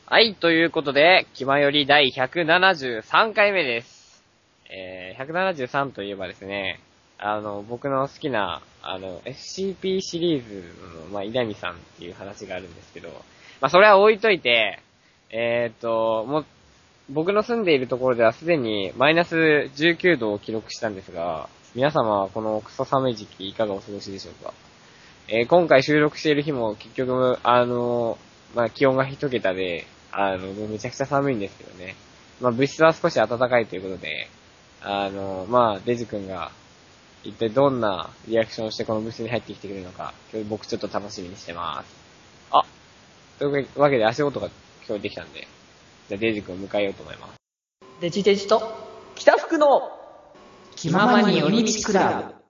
はい、ということで、気まより第173回目です。173といえばですね、僕の好きな、SCP シリーズの、稲見さんっていう話があるんですけど、それは置いといて、もう、僕の住んでいるところではすでにマイナス19度を記録したんですが、皆様はこのクソ寒い時期いかがお過ごしでしょうか。今回収録している日も結局、気温が1桁で、めちゃくちゃ寒いんですけどね。物質は少し暖かいということで、デジ君が、一体どんなリアクションをしてこの物質に入ってきてくれるのか、今日僕ちょっと楽しみにしてます。あ、というわけで足音が聞こえてきたんで、じゃあデジ君を迎えようと思います。 デジデジと、北福の、気ままに寄り道クラブ。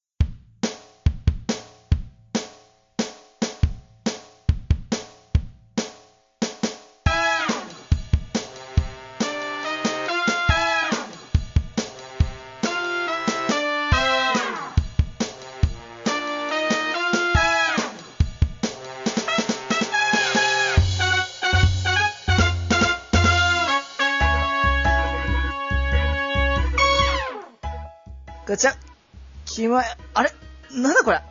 ガチャ、あれなんだこれ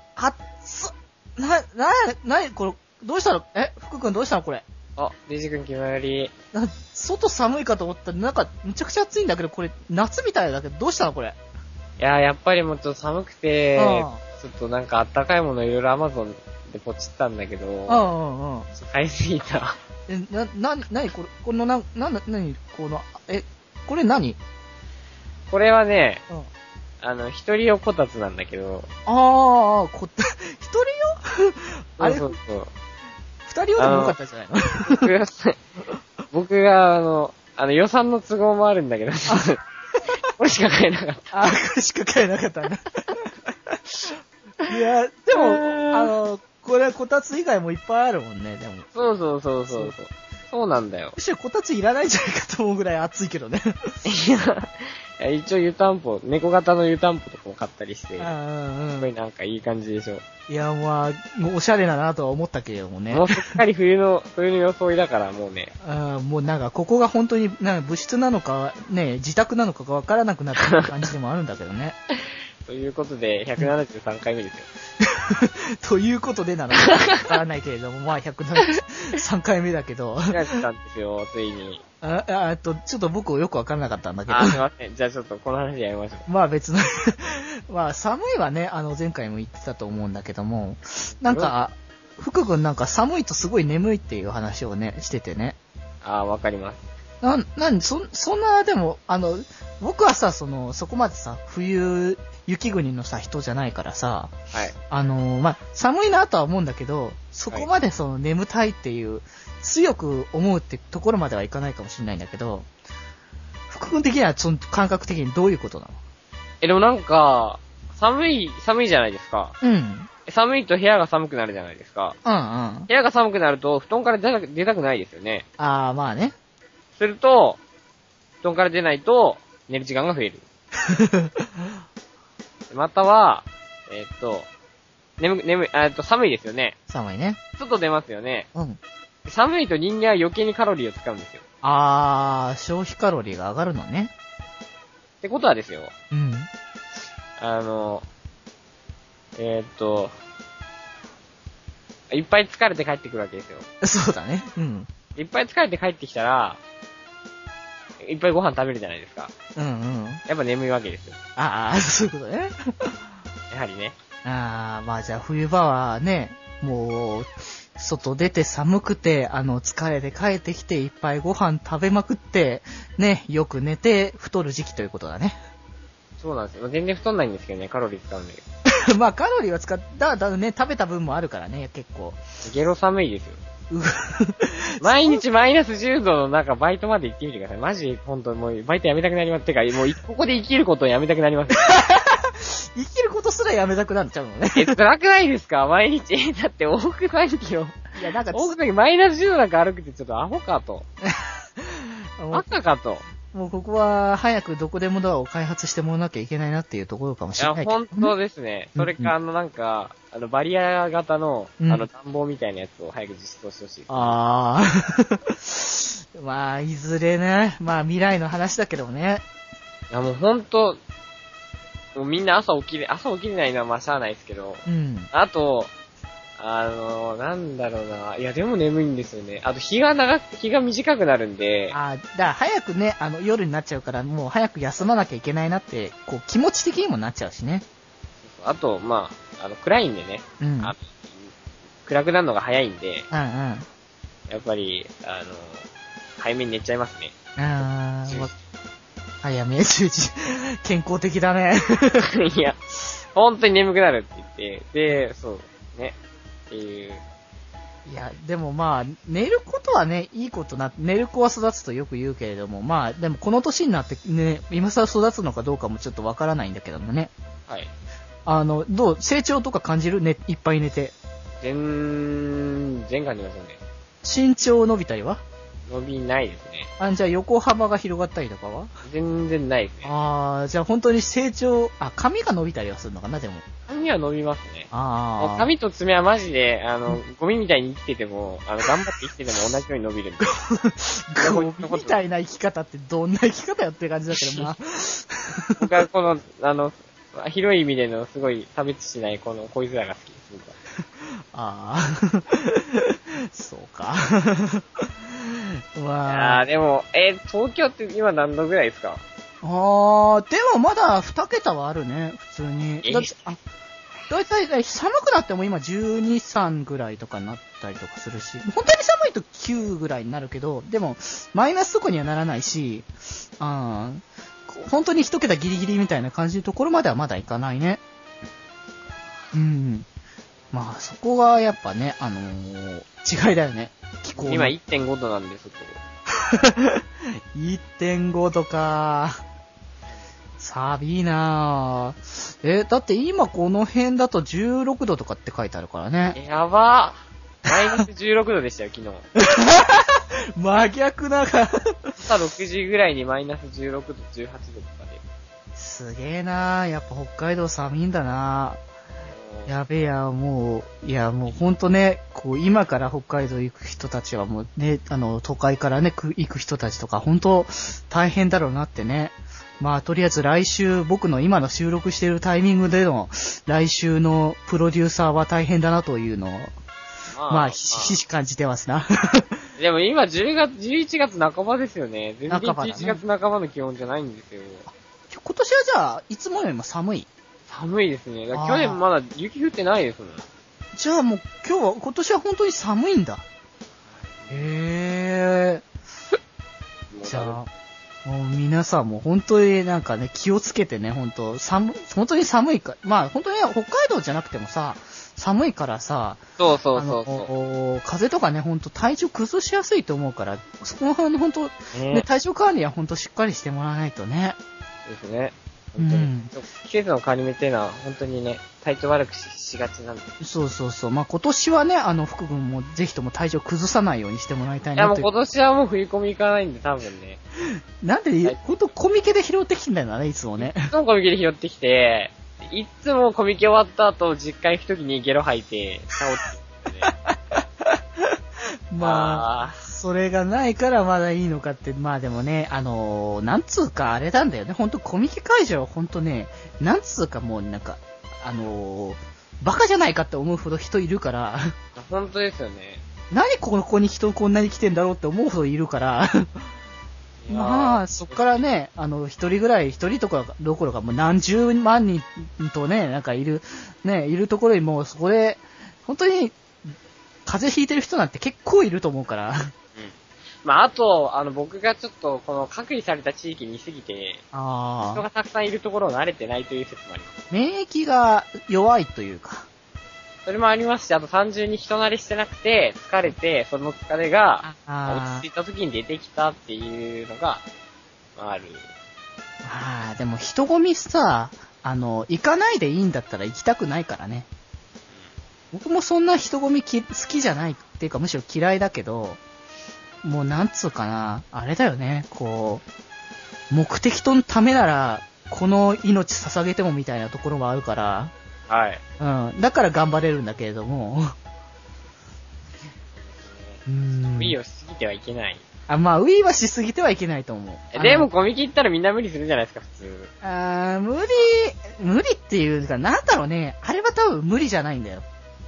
これ、どうしたの福君どうしたのこれ。 あ、デジ君気まより。 外寒いかと思ったら、むちゃくちゃ暑いんだけど、これ、夏みたいだけど、どうしたのこれ。 いや、やっぱりもうちょっと寒くて、ちょっとあったかいものいろいろ Amazon でポチったんだけど、買いすぎた。 これ何これはね、一人用こたつなんだけど。 一人用あれそう。 二人用でもよかったんじゃないの僕が予算の都合もあるんだけど、これしか買えなかった。 これしか買えなかったんだ。いや、でも、これこたつ以外もいっぱいあるもんね、でも。 そう。そうなんだよ。 むしろこたついらないんじゃないかと思うぐらい暑いけどね。 いや、一応湯たんぽ、猫型の湯たんぽとかも買ったりして、すごいいい感じでしょ。 いや、もうおしゃれだなとは思ったけれどもね。 もうすっかり冬の装いだからもうね。 もうここが本当に物質なのか、ね、自宅なのかがわからなくなった感じでもあるんだけどね。 ということで、173回目ですよ。 ということでなのかわからないけれども、173回目だけど。 開いたんですよ、ついに。 ちょっと僕よくわからなかったんだけど。 すいません。じゃあちょっとこの話やめましょう。 別の、寒いはね、前回も言ってたと思うんだけども、福君寒いとすごい眠いっていう話をね、しててね。 わかります。 そんな、でも、僕はさ、そこまでさ、雪国のさ、人じゃないからさ、 はい。 寒いなとは思うんだけど、そこまで眠たいっていう、強く思うってところまではいかないかもしれないんだけど、福君的には感覚的にどういうことなの？ でも寒いじゃないですか。 うん。 寒いと部屋が寒くなるじゃないですか。部屋が寒くなると、布団から出たくないですよね。 ね。 すると、布団から出ないと、寝る時間が増える。または、寒いですよね。 寒いね。 外出ますよね。 うん。 寒いと人間は余計にカロリーを使うんですよ。 消費カロリーが上がるのね。 ってことはですよ。 うん。 いっぱい疲れて帰ってくるわけですよ。 そうだね。うん。 いっぱい疲れて帰ってきたら、いっぱいご飯食べるじゃないですか。やっぱ眠いわけですよ。 そういうことね。 やはりね。 じゃあ冬場はね、もう、外出て寒くて、疲れて帰ってきていっぱいご飯食べまくって、ね、よく寝て太る時期ということだね。 そうなんですよ。全然太んないんですけどね、カロリー使うんで。 カロリーはだね、食べた分もあるからね、結構。 ゲロ寒いですよ。毎日マイナス10度の中、バイトまで行ってみてください。マジ、ほんと、もう、バイトやめたくなります。てか、もう、ここで生きることをやめたくなります。 生きることすらやめたくなっちゃうのね。 辛くないですか毎日。だって、往復3キロ。いや、往復マイナス10度なんか歩くってちょっとアホかと。バカかと。 もうここは早くどこでもドアを開発してもらわなきゃいけないなっていうところかもしれないけど、ね。 本当ですね。それか、なんか、バリア型の、暖房みたいなやつを早く実装してほしい。 ああ。まあ、いずれね、まあ未来の話だけどね。 いやもう本当、もうみんな朝起きれないのはまあしゃあないですけど、あと、なんだろうな。いや、でも眠いんですよね。あと、日が短くなるんで。 だから早くね、夜になっちゃうから、もう早く休まなきゃいけないなって、こう、気持ち的にもなっちゃうしね。 あと、まあ、暗いんでね。暗くなるのが早いんで。やっぱり、早めに寝ちゃいますね。 早め、10時。健康的だね。 いや、本当に眠くなるって言って、で、そう、ね。っていう。 いや、でもまあ、寝ることはね、いいことな、寝る子は育つとよく言うけれども、まあ、でもこの年になってね、今更育つのかどうかもちょっとわからないんだけどもね。 はい。 どう、成長とか感じるね、いっぱい寝て。 全感じますよね。 身長伸びたりは伸びないですね。 じゃあ横幅が広がったりとかは全然ないですね。 じゃあ本当に成長、髪が伸びたりはするのかな、でも。 髪は伸びますね。髪と爪はマジで、ゴミみたいに生きてても、頑張って生きてても同じように伸びるんで。 ゴミみたいな生き方ってどんな生き方やってる感じだけどな。 僕はこの、広い意味でのすごい差別しないこいつらが好きです、僕は。 そうか。 でも、東京って今何度ぐらいですか？ でもまだ2桁はあるね、普通に。だいたい寒くなっても今12、3ぐらいとかになったりとかするし、本当に寒いと9ぐらいになるけど、でも、マイナスとかにはならないし、本当に1桁ギリギリみたいな感じのところまではまだいかないね。まあ、そこがやっぱね、違いだよね。気候。 今 1.5 度なんで、外。 1.5 度か。寒いなぁ。だって今この辺だと16度とかって書いてあるからね。 やばー。マイナス16度でしたよ、昨日。 真逆だから。 朝6時ぐらいにマイナス16度、18度とかで。 すげえなぁ。やっぱ北海道寒いんだなぁ。やべえや、もうほんとね、こう、今から北海道行く人たちはもうね、都会からね、行く人たちとか、ほんと大変だろうなってね。まあ、とりあえず来週、僕の今の収録しているタイミングでの、来週のプロデューサーは大変だなというのを、まあ、ひしひし感じてますな。 でも今11月半ばですよね。全然11月半ばの気温じゃないんですよ。 今年はじゃあ、いつもよりも寒い？ 寒いですね。去年まだ雪降ってないですもん。 じゃあもう今年は本当に寒いんだ。へー。じゃあ、もう皆さんも本当になんかね、気をつけてね、本当に寒いか、まあ本当に北海道じゃなくてもさ、寒いからさ、 そう。 風邪とかね、本当体調崩しやすいと思うから、そこの辺本当、ね、体調管理は本当しっかりしてもらわないとね。 ですね。本当に季節の変わり目っていうのは本当にね、体調悪くしがちなんで。 そう。まあ、今年はね、福君もぜひとも体調崩さないようにしてもらいたいなと。 いや、もう今年はもう振り込み行かないんで、多分ね。 なんで、ほんとコミケで拾ってきてんだよね、いつもね。 いつもコミケで拾ってきて、いつもコミケ終わった後、実家行くときにゲロ吐いて、倒って、ね。 まあ、それがないからまだいいのかって、まあでもね、なんつうかあれなんだよね、ほんとコミケ会場はほんとね、なんつうかもうなんか、バカじゃないかって思うほど人いるから。 本当ですよね。 何ここに人こんなに来てんだろうって思うほどいるから。まあ、そっからね、一人とかどころかもう何十万人とね、なんかいるところにもうそこで、本当に、風邪ひいてる人なんて結構いると思うから。 まあ、あと、僕がちょっと、この隔離された地域にいすぎて、人がたくさんいるところを慣れてないという説もあります。 免疫が弱いというか。 それもありますし、あと単純に人慣れしてなくて、疲れて、その疲れが、落ち着いた時に出てきたっていうのが、ある。 でも人混みさ、行かないでいいんだったら行きたくないからね。僕もそんな人混み好きじゃないっていうかむしろ嫌いだけど、もうなんつうかな、あれだよね、こう、 目的のためなら、この命捧げてもみたいなところもあるから、 はい。 うん。だから頑張れるんだけれども、 ウィーをしすぎてはいけない。 まあ、ウィーはしすぎてはいけないと思う。 でもコミケ行ったらみんな無理するじゃないですか、普通。 無理っていうか、なんだろうね、あれは多分無理じゃないんだよ。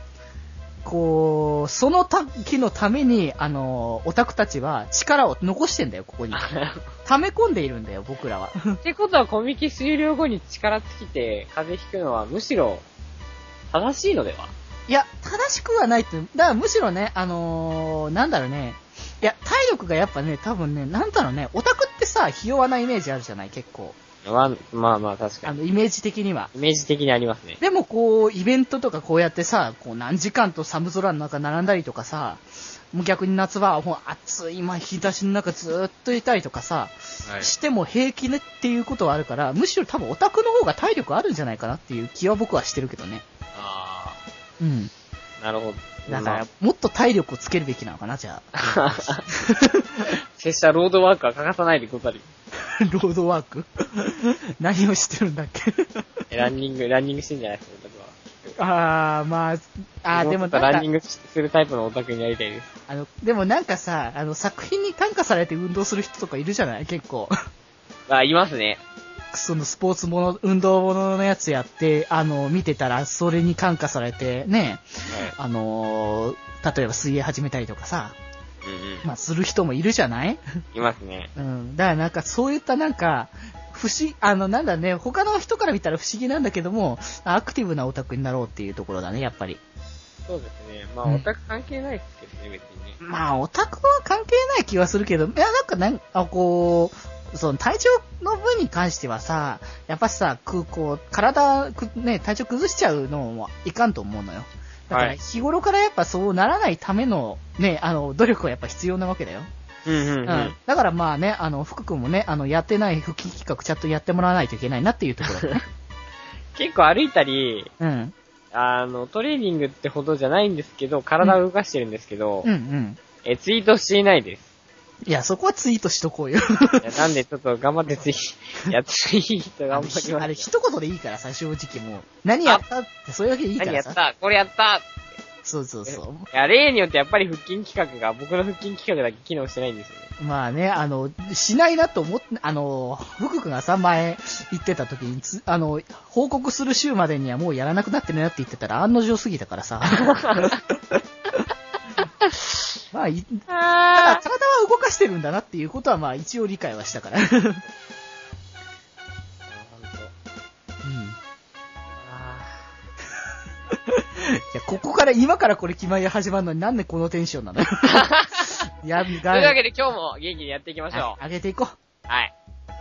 こう、その時のために、オタクたちは力を残してんだよ、ここに。溜め込んでいるんだよ、僕らは。 ってことはコミケ終了後に力尽きて風邪ひくのはむしろ正しいのでは？ いや、正しくはないって、だからむしろね、なんだろうね、いや、体力がやっぱね、多分ね、なんだろうね、オタクってさ、ひ弱なイメージあるじゃない、結構。 まあ確かに。 イメージ的には。 イメージ的にありますね。 でもこう、イベントとかこうやってさ、こう何時間と寒空の中並んだりとかさ、もう逆に夏はもう暑い日差しの中ずーっといたりとかさ、 はい、 しても平気ねっていうことはあるから、むしろ多分オタクの方が体力あるんじゃないかなっていう気は僕はしてるけどね。 ああ。 うん。 なるほど。 だから、もっと体力をつけるべきなのかな、じゃあ。 拙者ロードワークは欠かさないでござる。 ロードワーク何をしてるんだっけランニングしてんじゃないですか、オタクは。 でもランニングするタイプのオタクになりたいです。 でもなんかさ、作品に感化されて運動する人とかいるじゃない結構。 いますね。 そのスポーツもの、運動もののやつやって、見てたら、それに感化されて、ね、はい、例えば水泳始めたりとかさ、まあ、する人もいるじゃないいますね。 うん。だからなんか、そういったなんか、なんだね、他の人から見たら不思議なんだけども、アクティブなオタクになろうっていうところだね、やっぱり。 そうですね。まあ、オタク関係ないですけどね、別にね。 まあ、オタクは関係ない気はするけど、いや、こう、その体調の分に関してはさ、やっぱさ、体調崩しちゃうのもいかんと思うのよ。だから日頃からやっぱそうならないためのね、努力はやっぱ必要なわけだよ。だからまあね、福君もね、やってない復帰企画ちゃんとやってもらわないといけないなっていうところでね。 結構歩いたり、 うん。 トレーニングってほどじゃないんですけど、体を動かしてるんですけど、ツイートしていないです。 いや、そこはツイートしとこうよ。 なんでちょっと頑張ってツイート頑張ります。 あれ一言でいいからさ、正直もう。何やったってそれだけでいいからさ。 何やったこれやったそうそうそう。 いや、例によってやっぱり腹筋企画が、僕の腹筋企画だけ機能してないんですよね。 まあね、しないなと思って、福君がさ、前言ってた時に、報告する週までにはもうやらなくなってるなって言ってたら案の定すぎたからさ。まあ、ただ体は動かしてるんだなっていうことはまあ一応理解はしたから。いや、今からこれ決まり始まるのになんでこのテンションなのというわけで今日も元気にやっていきましょう。 上げていこう。はい。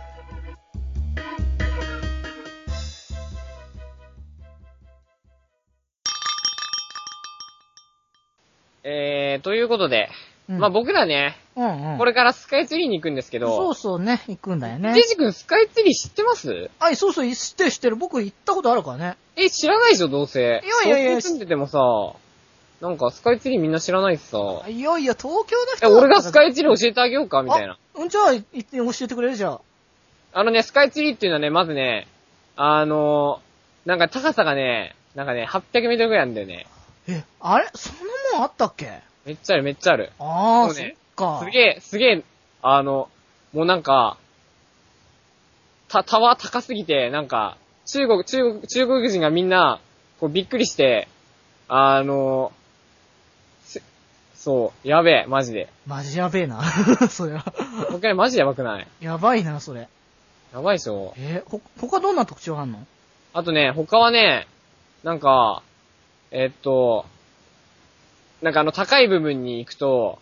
ということで、まあ僕らね、これからスカイツリーに行くんですけど、 そうそうね、行くんだよね。 ジェジ君スカイツリー知ってます？ はい、そうそう、知ってる。僕行ったことあるからね。 知らないでしょ、どうせ。 いや。 東京住んでてもさ、なんかスカイツリーみんな知らないしさ。 いや、東京の人俺がスカイツリー教えてあげようか、みたいな。 じゃあ、行って教えてくれるじゃん。 スカイツリーっていうのはね、まずね、なんか高さがね、なんかね、800メートルぐらいあるんだよね。 あれそんなもんあったっけ？ めっちゃある、めっちゃある。 ああ、そっか。 すげえ、もうなんか、タワー高すぎて、なんか、中国人がみんな、こうびっくりして、そう、やべえ、マジで。 マジやべえな、そりゃ。 僕ね、マジやばくない？ やばいな、それ。 やばいでしょ。 他どんな特徴あんの？ あとね、他はね、なんか、なんか高い部分に行くと、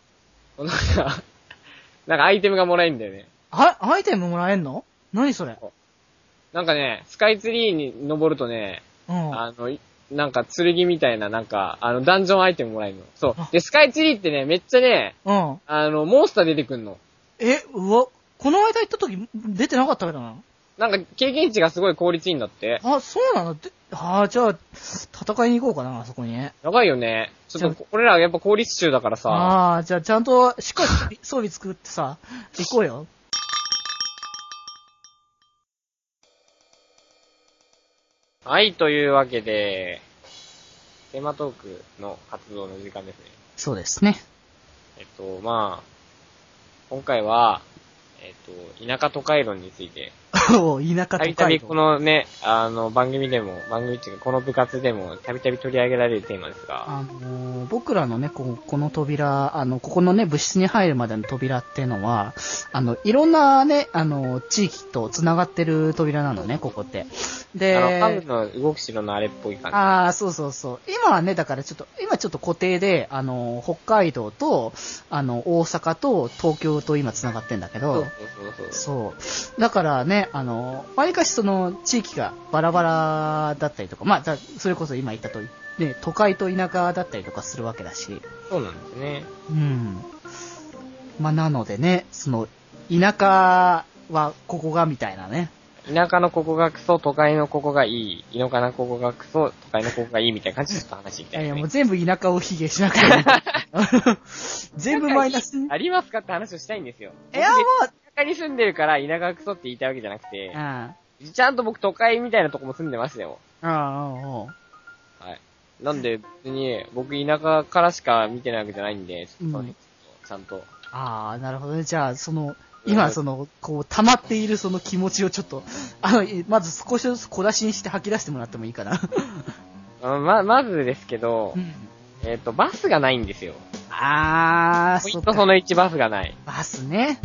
なんかアイテムがもらえるんだよね。 アイテムもらえんの？何それ？ なんかね、スカイツリーに登るとね、なんか剣みたいな、なんか、ダンジョンアイテムもらえるの。そう。で、スカイツリーってね、めっちゃね、モンスター出てくんの。 この間行った時出てなかったけどな。 なんか経験値がすごい効率いいんだって。 そうなの？じゃあ、戦いに行こうかな、あそこにね。 やばいよね。ちょっと、俺らやっぱ効率中だからさ。 じゃあちゃんと、しっかり装備作ってさ、行こうよ。 はい、というわけで、テーマトークの活動の時間ですね。 そうですね。 まあ、今回は、田舎都会論について、 お田舎都会たびたびこのね、番組っていうか、この部活でもたびたび取り上げられるテーマですが、 僕らのね、この扉、ここのね、部室に入るまでの扉っていうのは、いろんなね、地域と繋がってる扉なのね、ここって。で、 ハムの動く城のあれっぽい感じ。 ああ、そうそうそう。今はね、だから今ちょっと固定で、北海道と、大阪と東京と今繋がってんだけど、そう。だからね、わりかしその地域がバラバラだったりとか、まあ、それこそ今言った通り、ね、都会と田舎だったりとかするわけだし。 そうなんですね。 うん。まあ、なのでね、その、田舎はここがみたいなね。 田舎のここがクソ、都会のここがいい、田舎のここがクソ、都会のここがいいみたいな感じでちょっと話みたいな、ね。 いやもう全部田舎を卑下しなくていい。全部マイナス。 ありますかって話をしたいんですよ。 いやもう、 田舎に住んでるから田舎がクソって言いたいわけじゃなくて、ちゃんと僕都会みたいなとこも住んでましたよ。はい。なんで別に僕田舎からしか見てないわけじゃないんで、ちゃんと。 ああ、なるほどね。じゃあ、今こう、溜まっているその気持ちをちょっと、まず少しずつ小出しにして吐き出してもらってもいいかな。 まずですけど、バスがないんですよ。 そっか。その1バスがない。 バスね。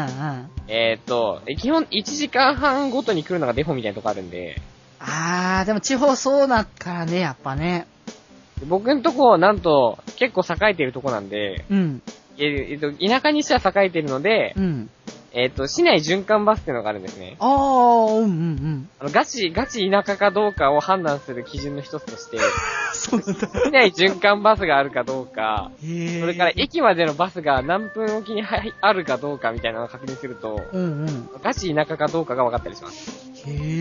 基本1時間半ごとに来るのがデフォみたいなとこあるんで。 でも地方そうだからね、やっぱね。 僕んとこ、なんと、結構栄えてるとこなんで、田舎にしては栄えてるので、市内循環バスっていうのがあるんですね。ガチ田舎かどうかを判断する基準の一つとして、 そうなんだ。 市内循環バスがあるかどうか、それから駅までのバスが何分おきにあるかどうかみたいなのを確認すると、ガチ田舎かどうかが分かったりします。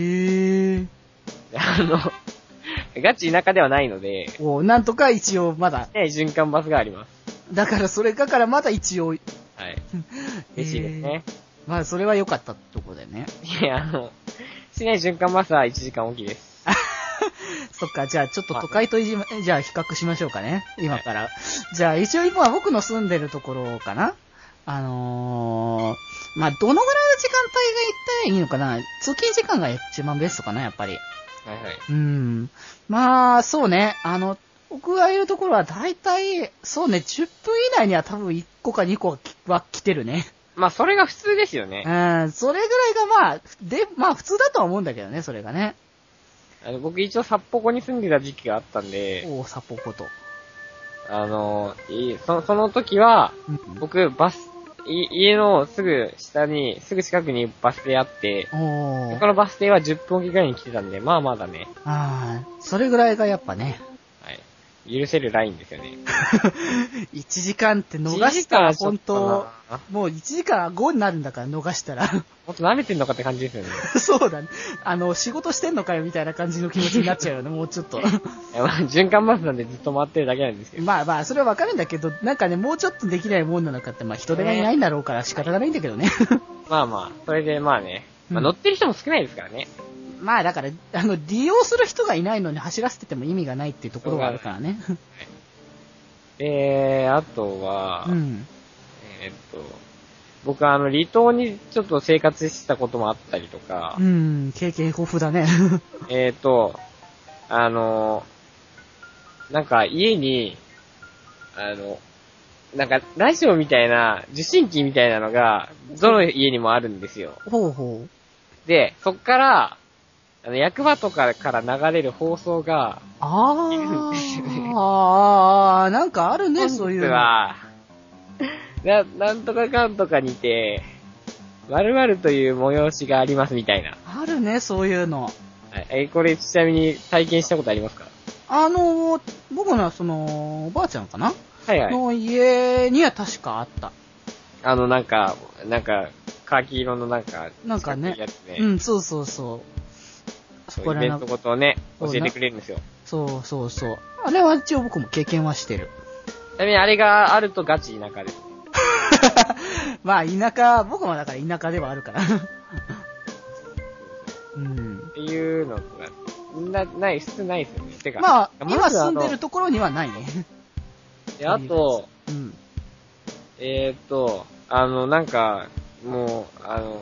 ガチ田舎ではないので、 なんとか一応まだ。 循環バスがあります。 だからまだ一応。 はい。嬉しいですね。 まあ、それは良かったとこだよね。 いや、市内循環バスは1時間おきです。 そっか、じゃあちょっと都会とじゃあ比較しましょうかね。今から。じゃあ一応今は僕の住んでるところかな。まあ、どのぐらいの時間帯が言ったらいいのかな。通勤時間が一番ベストかな、やっぱり。まあ、そうね。僕がいるところは大体、そうね、10分以内には多分1個か2個は来てるね。 まあ、それが普通ですよね。 それぐらいがまあ普通だとは思うんだけどね、それがね。 僕一応札幌に住んでた時期があったんで。 札幌と。 その時は、僕、家のすぐ近くにバス停あって、他のバス停は10分おきぐらいに来てたんで、まあまだね。 それぐらいがやっぱね。 許せるラインですよね。 1時間って逃したら本当、もう1時間5になるんだから逃したら。 もっと舐めてんのかって感じですよね。 そうだね。仕事してんのかよみたいな感じの気持ちになっちゃうよね、もうちょっと。 循環バスなんでずっと回ってるだけなんですけど。 まあまあ、それはわかるんだけど、なんかね、もうちょっとできないもんなのかって、まあ人手がいないんだろうから仕方がないんだけどね。 まあまあ、それでまあね、乗ってる人も少ないですからね。 まあだから、利用する人がいないのに走らせてても意味がないっていうところがあるからね。 あとは、僕は離島にちょっと生活してたこともあったりとか。 経験豊富だね。 なんか家に、なんかラジオみたいな、受信機みたいなのが、どの家にもあるんですよ。で、そっから、役場とかから流れる放送が、 なんかあるね、そういうの。 なんとかかんとかにて、〇〇という催しがありますみたいな。 あるね、そういうの。 これちなみに体験したことありますか？ 僕のおばあちゃんかな？の家には確かあった。 なんか、カーキ色のなんかね。そうそうそう。 イベントごとをね、教えてくれるんですよ。 そうそうそう。あれは一応僕も経験はしてる。 ちなみにあれがあるとガチ田舎です。 まあ僕もだから田舎ではあるから。 っていうのがあっない、普通ないですよね。てか。 まあ、今住んでるところにはないね。 で、あと、 うん。 なんか、もう、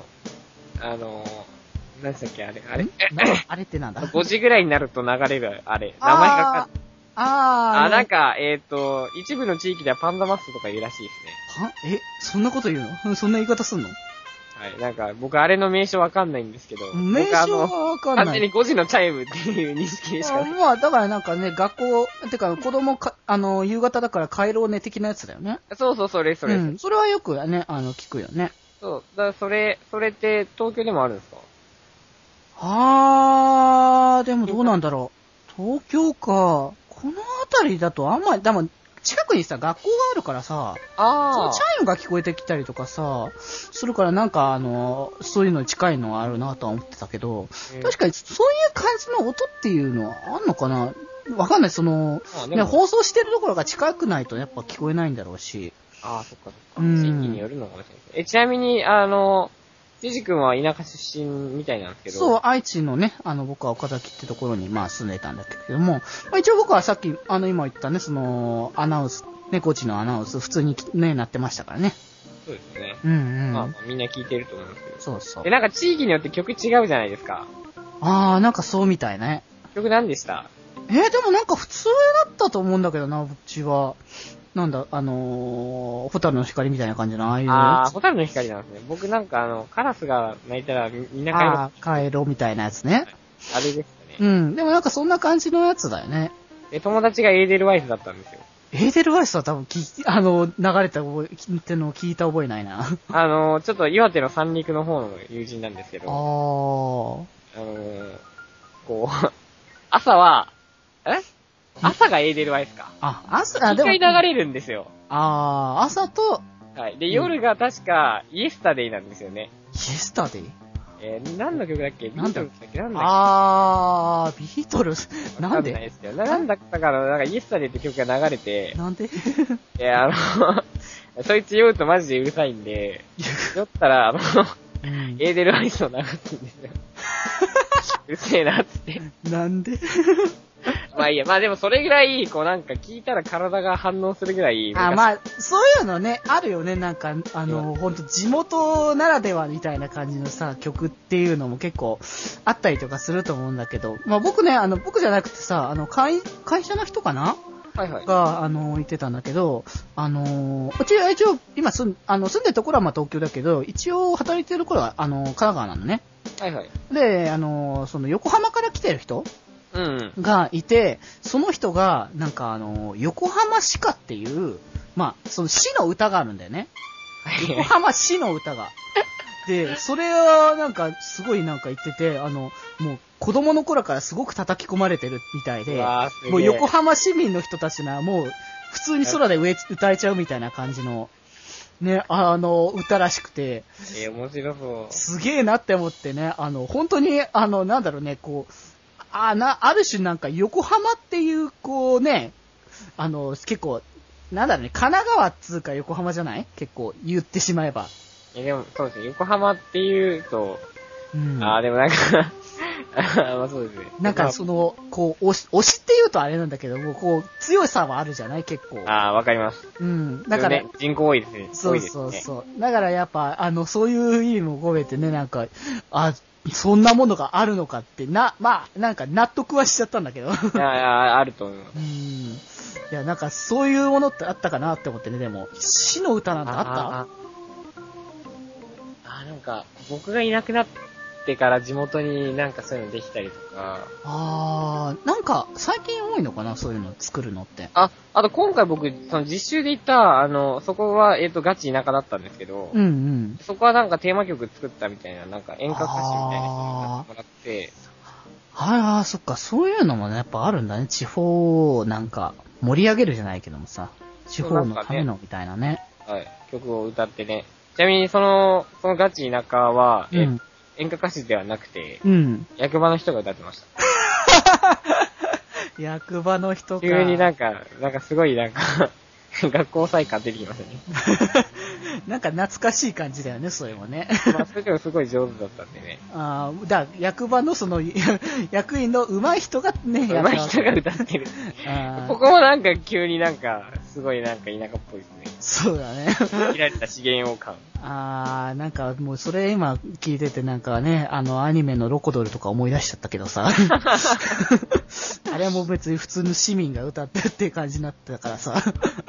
何でしたっけ、あれ。 あれってなんだ 5時ぐらいになると流れる、あれ。名前がわかんない。なんか、一部の地域ではパンダマストとかいるらしいですね。 そんなこと言うの？そんな言い方すんの？ はい、なんか、僕あれの名称わかんないんですけど。 名称はわかんない。 完全に5時のチャイムっていう認識でしかない。 まあ、だからなんかね、学校、てか子供夕方だから帰ろうね的なやつだよね。 そう、それ。 うん、それはよくね、聞くよね。 そう、だからそれって東京でもあるんですか？ でもどうなんだろう。東京か。この辺りだとあんまり、でも、近くにさ、学校があるからさ、そのチャイムが聞こえてきたりとかさ、するからなんかそういうのに近いのはあるなとは思ってたけど、確かにそういう感じの音っていうのはあんのかな？わかんない。ね、放送してるところが近くないとやっぱ聞こえないんだろうし。 そっか。地域によるのかもしれないです。ちなみに、ジジ君は田舎出身みたいなんですけど。 そう、愛知のね、僕は岡崎ってところに、住んでたんだけども、一応僕はさっき、今言ったね、アナウンス、ね、高知のアナウンス、普通にね、なってましたからね。 そうですね。 まあ、みんな聞いてると思うんですけど。 そう。 で、なんか地域によって曲違うじゃないですか。 なんかそうみたいね。 曲何でした？ でもなんか普通だったと思うんだけどな、うちは。なんだ、ホタルの光みたいな感じの、 ホタルの光なんですね。僕なんかカラスが鳴いたらみんな帰ろうみたいなやつね。 あれですね。 でもなんかそんな感じのやつだよね。 友達がエーデルワイスだったんですよ。 エーデルワイスは多分流れたってのを聞いた覚えないな。 ちょっと岩手の三陸の方の友人なんですけど。朝がエーデルワイスか。でも。一回流れるんですよ。 朝と、 はい。で、夜が確か、イエスタデイなんですよね。 イエスタデイ？ 何の曲だっけ？ビートルズだっけ？なんだっけ？ビートルズ？なんで？ わかんないですけど。なんだったかな、なんかイエスタデイって曲が流れて。 なんで？ そいつ酔うとマジでうるさいんで、酔ったら、エーデルワイスを流すんですよ。うるせえな、つって。 なんで？ まあいいや、まあでもそれぐらい、なんか聞いたら体が反応するぐらい。 そういうのね、あるよね、なんか、ほんと地元ならではみたいな感じのさ、曲っていうのも結構あったりとかすると思うんだけど、僕ね、僕じゃなくてさ、会社の人かな？ はいはい。 が、言ってたんだけど、うちは一応、今住んでるところは東京だけど、一応働いてるところは、神奈川なのね。 はいはい。 で、横浜から来てる人がいて、その人が、なんか横浜市歌っていう、その市の歌があるんだよね。横浜市の歌が。で、それはなんか、すごいなんか言ってて、もう子供の頃からすごく叩き込まれてるみたいで、もう横浜市民の人たちならもう、普通に空で歌えちゃうみたいな感じの、ね、歌らしくて。 面白そう。 すげえなって思ってね、本当に、なんだろうね、ある種なんか横浜っていう、結構、なんだろうね、神奈川っつうか横浜じゃない？結構言ってしまえば。 でも、そうですね、横浜っていうと、でもなんかまあそうですね。 なんか推しっていうとあれなんだけども、強さはあるじゃない？結構。 わかります。 だから、 ね、人口多いですね。 そう。だからやっぱ、そういう意味も込めてね、なんか、そんなものがあるのかって、なんか納得はしちゃったんだけど。 あると思います。 いや、なんかそういうものってあったかなって思ってね、でも、死の歌なんてあったなんか、僕がいなくなってから地元になんかそういうのできたりとか。 なんか、最近多いのかな、そういうの作るのって。 あと今回僕、その実習で行った、そこは、ガチ田舎だったんですけど、そこはなんかテーマ曲作ったみたいな、なんか演歌歌手みたいな人にもらって、 そっか、そういうのもね、やっぱあるんだね。地方をなんか、盛り上げるじゃないけどもさ、地方のためのみたいなね。 はい、曲を歌ってね。ちなみにそのガチ田舎は、演歌歌手ではなくて、役場の人が歌ってました。 役場の人か。 急になんかすごいなんか、学校祭感出てきましたね。 なんか懐かしい感じだよね、それもね。 まあ、それでもすごい上手だったんでね。 役場のその、役員の上手い人がね、 上手い人が歌ってる。 あここもなんか急になんか、すごいなんか田舎っぽいですね。 そうだね。 切られた資源王感。 なんかもうそれ今聞いててなんかね、アニメのロコドルとか思い出しちゃったけどさ。あれはもう別に普通の市民が歌ってるっていう感じになってたからさ。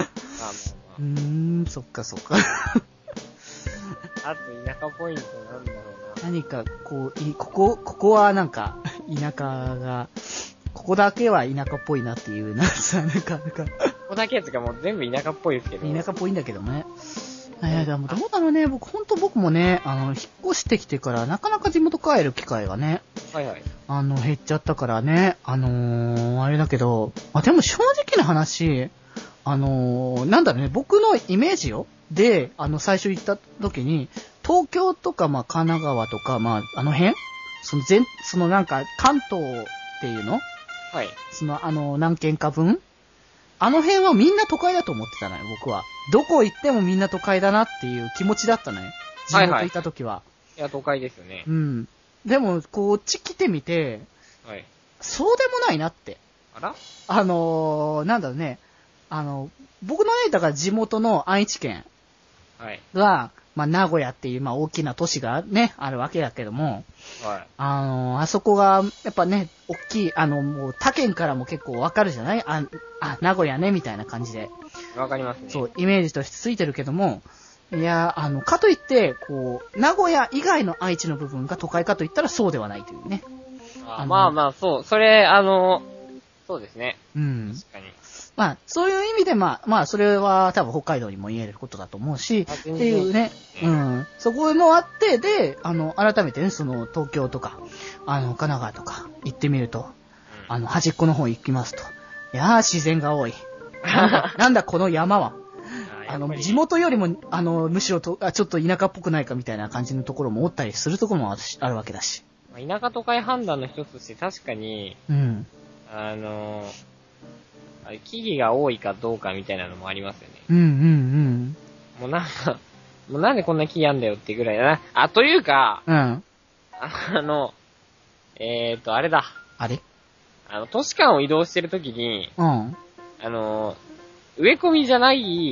そっかそっか。 あと田舎ポイントなんだろうな。 何かこう、ここはなんか、田舎が、ここだけは田舎っぽいなっていうなさ、なんか。 ここだけやつがもう全部田舎っぽいですけど。 田舎っぽいんだけどね。でもどうだろうね、僕もね、引っ越してきてからなかなか地元帰る機会がね、 はいはい。 減っちゃったからね、あれだけど、でも正直な話、なんだろうね、僕のイメージよ。で、最初行った時に、東京とか、まあ、神奈川とか、まあ、辺そのなんか、関東っていうのはい。 何県か分辺はみんな都会だと思ってたのよ、僕は。どこ行ってもみんな都会だなっていう気持ちだったのよ。地元行った時は。 いや、都会ですよね。 うん。でも、こっち来てみて、 はい。 そうでもないなって。 あらなんだろうね。僕のね、だから地元の愛知県はい。 は、まあ、名古屋っていう、まあ、大きな都市がね、あるわけだけども、 はい。 あそこが、やっぱね、大きい、もう他県からも結構わかるじゃない？名古屋ね、みたいな感じで。 わかりますね。 そう、イメージとしてついてるけども、いや、かといって、こう、名古屋以外の愛知の部分が都会かといったらそうではないというね。 まあまあ、そう。それ、そうですね。 うん。 確かに。 まあ、そういう意味で、まあ、それは多分北海道にも言えることだと思うし、っていうね、うん。そこもあって、で、改めてね、東京とか、神奈川とか行ってみると、端っこの方行きますと。いやー、自然が多い。なんだこの山は。地元よりも、むしろちょっと田舎っぽくないかみたいな感じのところもおったりするところもあるわけだし。 田舎都会判断の一つとして確かに、 うん。 木々が多いかどうかみたいなのもありますよね。 うんうんうん。 もうなんでこんな木やんだよってぐらいだな。というか、 うん。 あれだ。 あれ都市間を移動してるときに、 うん。 植え込みじゃない、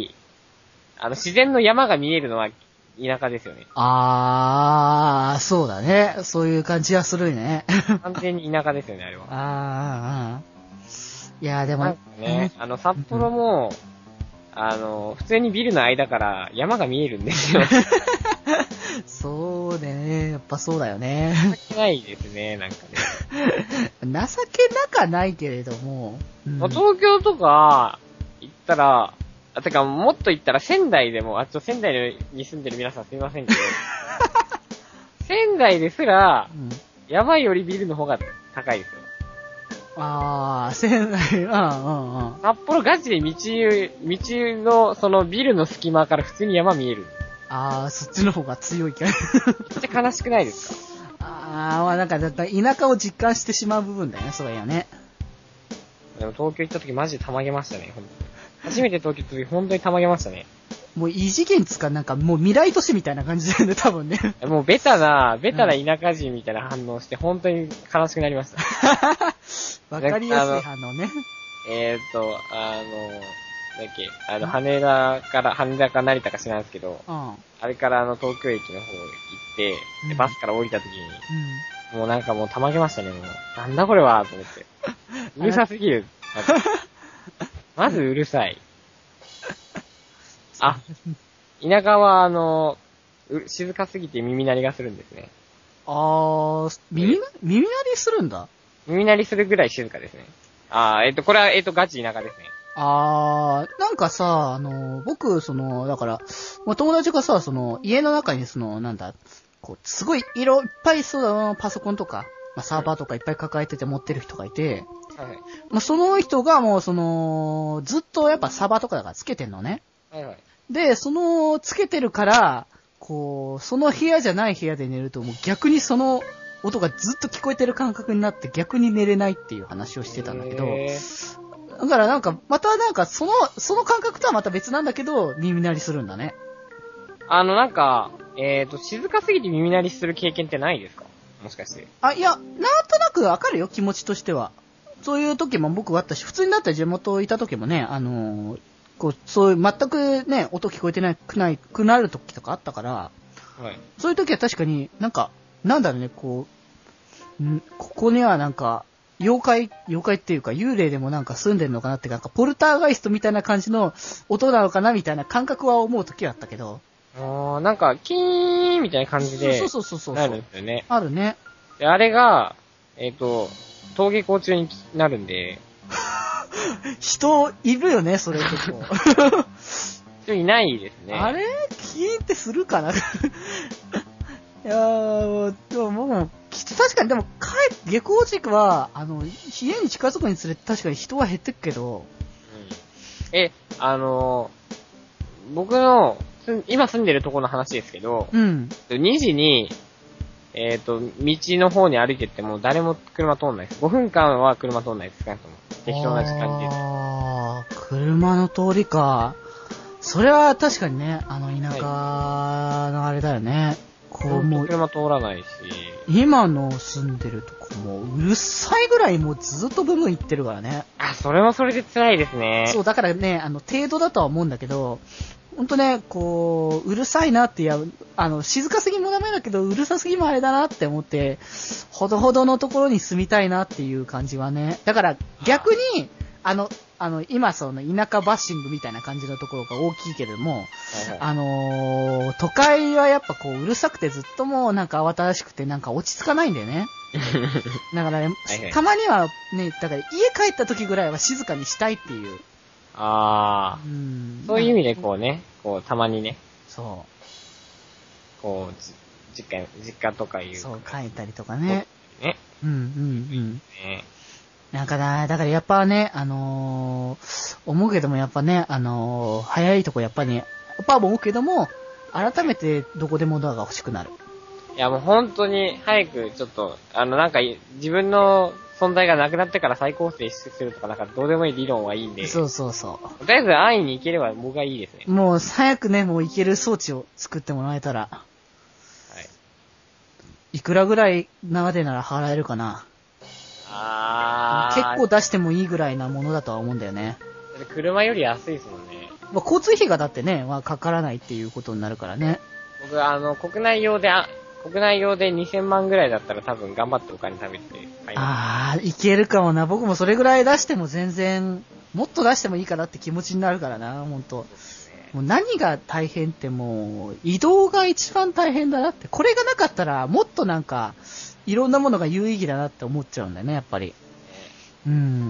自然の山が見えるのは田舎ですよね。 そうだね。そういう感じはするね。 完全に田舎ですよね、あれは。 いやでも、 なんかね、札幌も、普通にビルの間から山が見えるんですよ。 そうね、やっぱそうだよね。 情けないですね、なんか情ね。 けなかないけれども。 東京とか行ったら、てかもっと言ったら仙台でも、仙台に住んでる皆さんすいませんけど、仙台ですら、山よりビルの方が高いですよ。 仙台、 札幌ガチで道のそのビルの隙間から普通に山見える。 そっちの方が強いから。めっちゃ悲しくないですか？ なんか田舎を実感してしまう部分だよね、それはね。 でも東京行った時マジでたまげましたね、ほんと。初めて東京行った時本当にたまげましたね。 もう異次元つかなんかもう未来都市みたいな感じだよね、多分ね。 もうベタな田舎人みたいな反応して本当に悲しくなりました。 わかりやすい反応ね。 なんだっけ、羽田か成田か知らんすけど、あれから東京駅の方行って、でバスから降りた時に、もうなんかもうたまげましたね、もう。なんだこれはと思って。うるさすぎる。まずうるさい。田舎は静かすぎて耳鳴りがするんですね。 耳鳴りするんだ。 耳鳴りするぐらい静かですね。これはガチ田舎ですね。 なんかさ、僕、だから、友達がさ、家の中にすごいいっぱいパソコンとか、サーバーとかいっぱい抱えてて持ってる人がいて、はい、その人がもうずっとやっぱサーバーとかだからつけてんのね。 はいはい。 で、つけてるから、その部屋じゃない部屋で寝るともう逆にその音がずっと聞こえてる感覚になって逆に寝れないっていう話をしてたんだけど、だからまたその感覚とはまた別なんだけど、耳鳴りするんだね。 なんか、静かすぎて耳鳴りする経験ってないですか？もしかして。 あ、いや、なんとなくわかるよ、気持ちとしては。そういう時も僕はあったし、普通にだったら地元いた時もね、こう、そういう全くね、音聞こえてくなる時とかあったから、 はい。 そういう時は確かになんか、なんだろうね、ここにはなんか、妖怪っていうか幽霊でもなんか住んでるのかなっていうか、なんかポルターガイストみたいな感じの音なのかなみたいな感覚は思う時はあったけど。 なんか、キーンみたいな感じで、 そうなるんですよね。 あるね。 で、あれが、登下校中になるんで。 人いるよね、それ結構。 人いないですね。 あれキーンってするかな。いやー、でも僕も、確かにでも、下校時は、家に近づくにつれて確かに人は減ってくけど。 僕の、今住んでるところの話ですけど、 うん。 2時に、道の方に歩いてっても誰も車通んないです。5分間は車通んないです。少なくとも。適当な時間で。 あー、車の通りか。それは確かにね、田舎のあれだよね。こうもう、 車通らないし。 今の住んでるとこもうるさいぐらいもうずっとブンブン行ってるからね。 それもそれで辛いですね。 そう、だからね、程度だとは思うんだけど、ほんとね、こう、うるさいなって、静かすぎもダメだけど、うるさすぎもあれだなって思って、ほどほどのところに住みたいなっていう感じはね。だから逆に、今その田舎バッシングみたいな感じのところが大きいけれども、都会はやっぱこううるさくてずっともうなんか慌ただしくてなんか落ち着かないんだよね。だからね、たまにはね、だから家帰った時ぐらいは静かにしたいっていう。 そういう意味でこうね、こうたまにね。 そう。 こう、実家とかいう。 そう、帰ったりとかね。 ね。ね。 なんかな、だからやっぱね、思うけどもやっぱね、早いとこやっぱり、やっぱ思うけども、改めてどこでもドアが欲しくなる。 いやもう本当に早くちょっと、なんか自分の存在がなくなってから再構成するとかなんかどうでもいい理論はいいんで。 そうそうそう。 とりあえず安易に行ければ僕はいいですね。 もう早くね、もう行ける装置を作ってもらえたら。はい。いくらぐらいまでなら払えるかな。結構出してもいいぐらいなものだとは思うんだよね。 車より安いですもんね。 まあ、交通費がだってね、かからないっていうことになるからね。 僕、国内用で2000万ぐらいだったら多分頑張ってお金食べて買います。 いけるかもな。僕もそれぐらい出しても全然、もっと出してもいいかなって気持ちになるからな、ほんと。もう何が大変ってもう、移動が一番大変だなって。これがなかったら、もっとなんか、いろんなものが有意義だなって思っちゃうんだよね、やっぱり。いや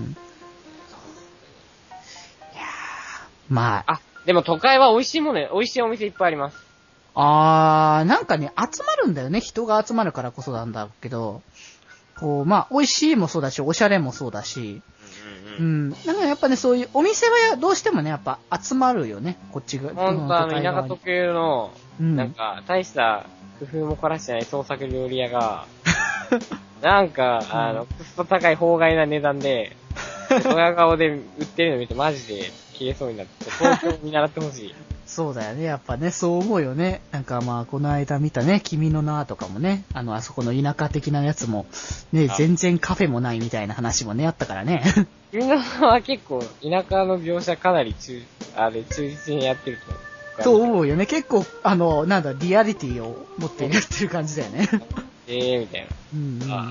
まあ。 でも都会は美味しいお店いっぱいあります。 なんかね、集まるんだよね。人が集まるからこそなんだけど、こう、まあ、美味しいもそうだし、おしゃれもそうだし、なんかやっぱね、そういうお店はどうしてもね、やっぱ集まるよね、こっちが。 ほんと田舎特有の、なんか、大した工夫も凝らしてない創作料理屋が、なんか、コスト高い法外な値段で、ドヤ顔で売ってるの見てマジで消えそうになって、東京見習ってほしい。 そうだよね、やっぱね、そう思うよね。なんかまあ、この間見たね、君の名とかもね、あそこの田舎的なやつも、ね、全然カフェもないみたいな話もね、あったからね。 君の名は結構、田舎の描写かなり忠実にやってると思うよね。結構、なんだ、リアリティを持ってやってる感じだよね。 みたいな。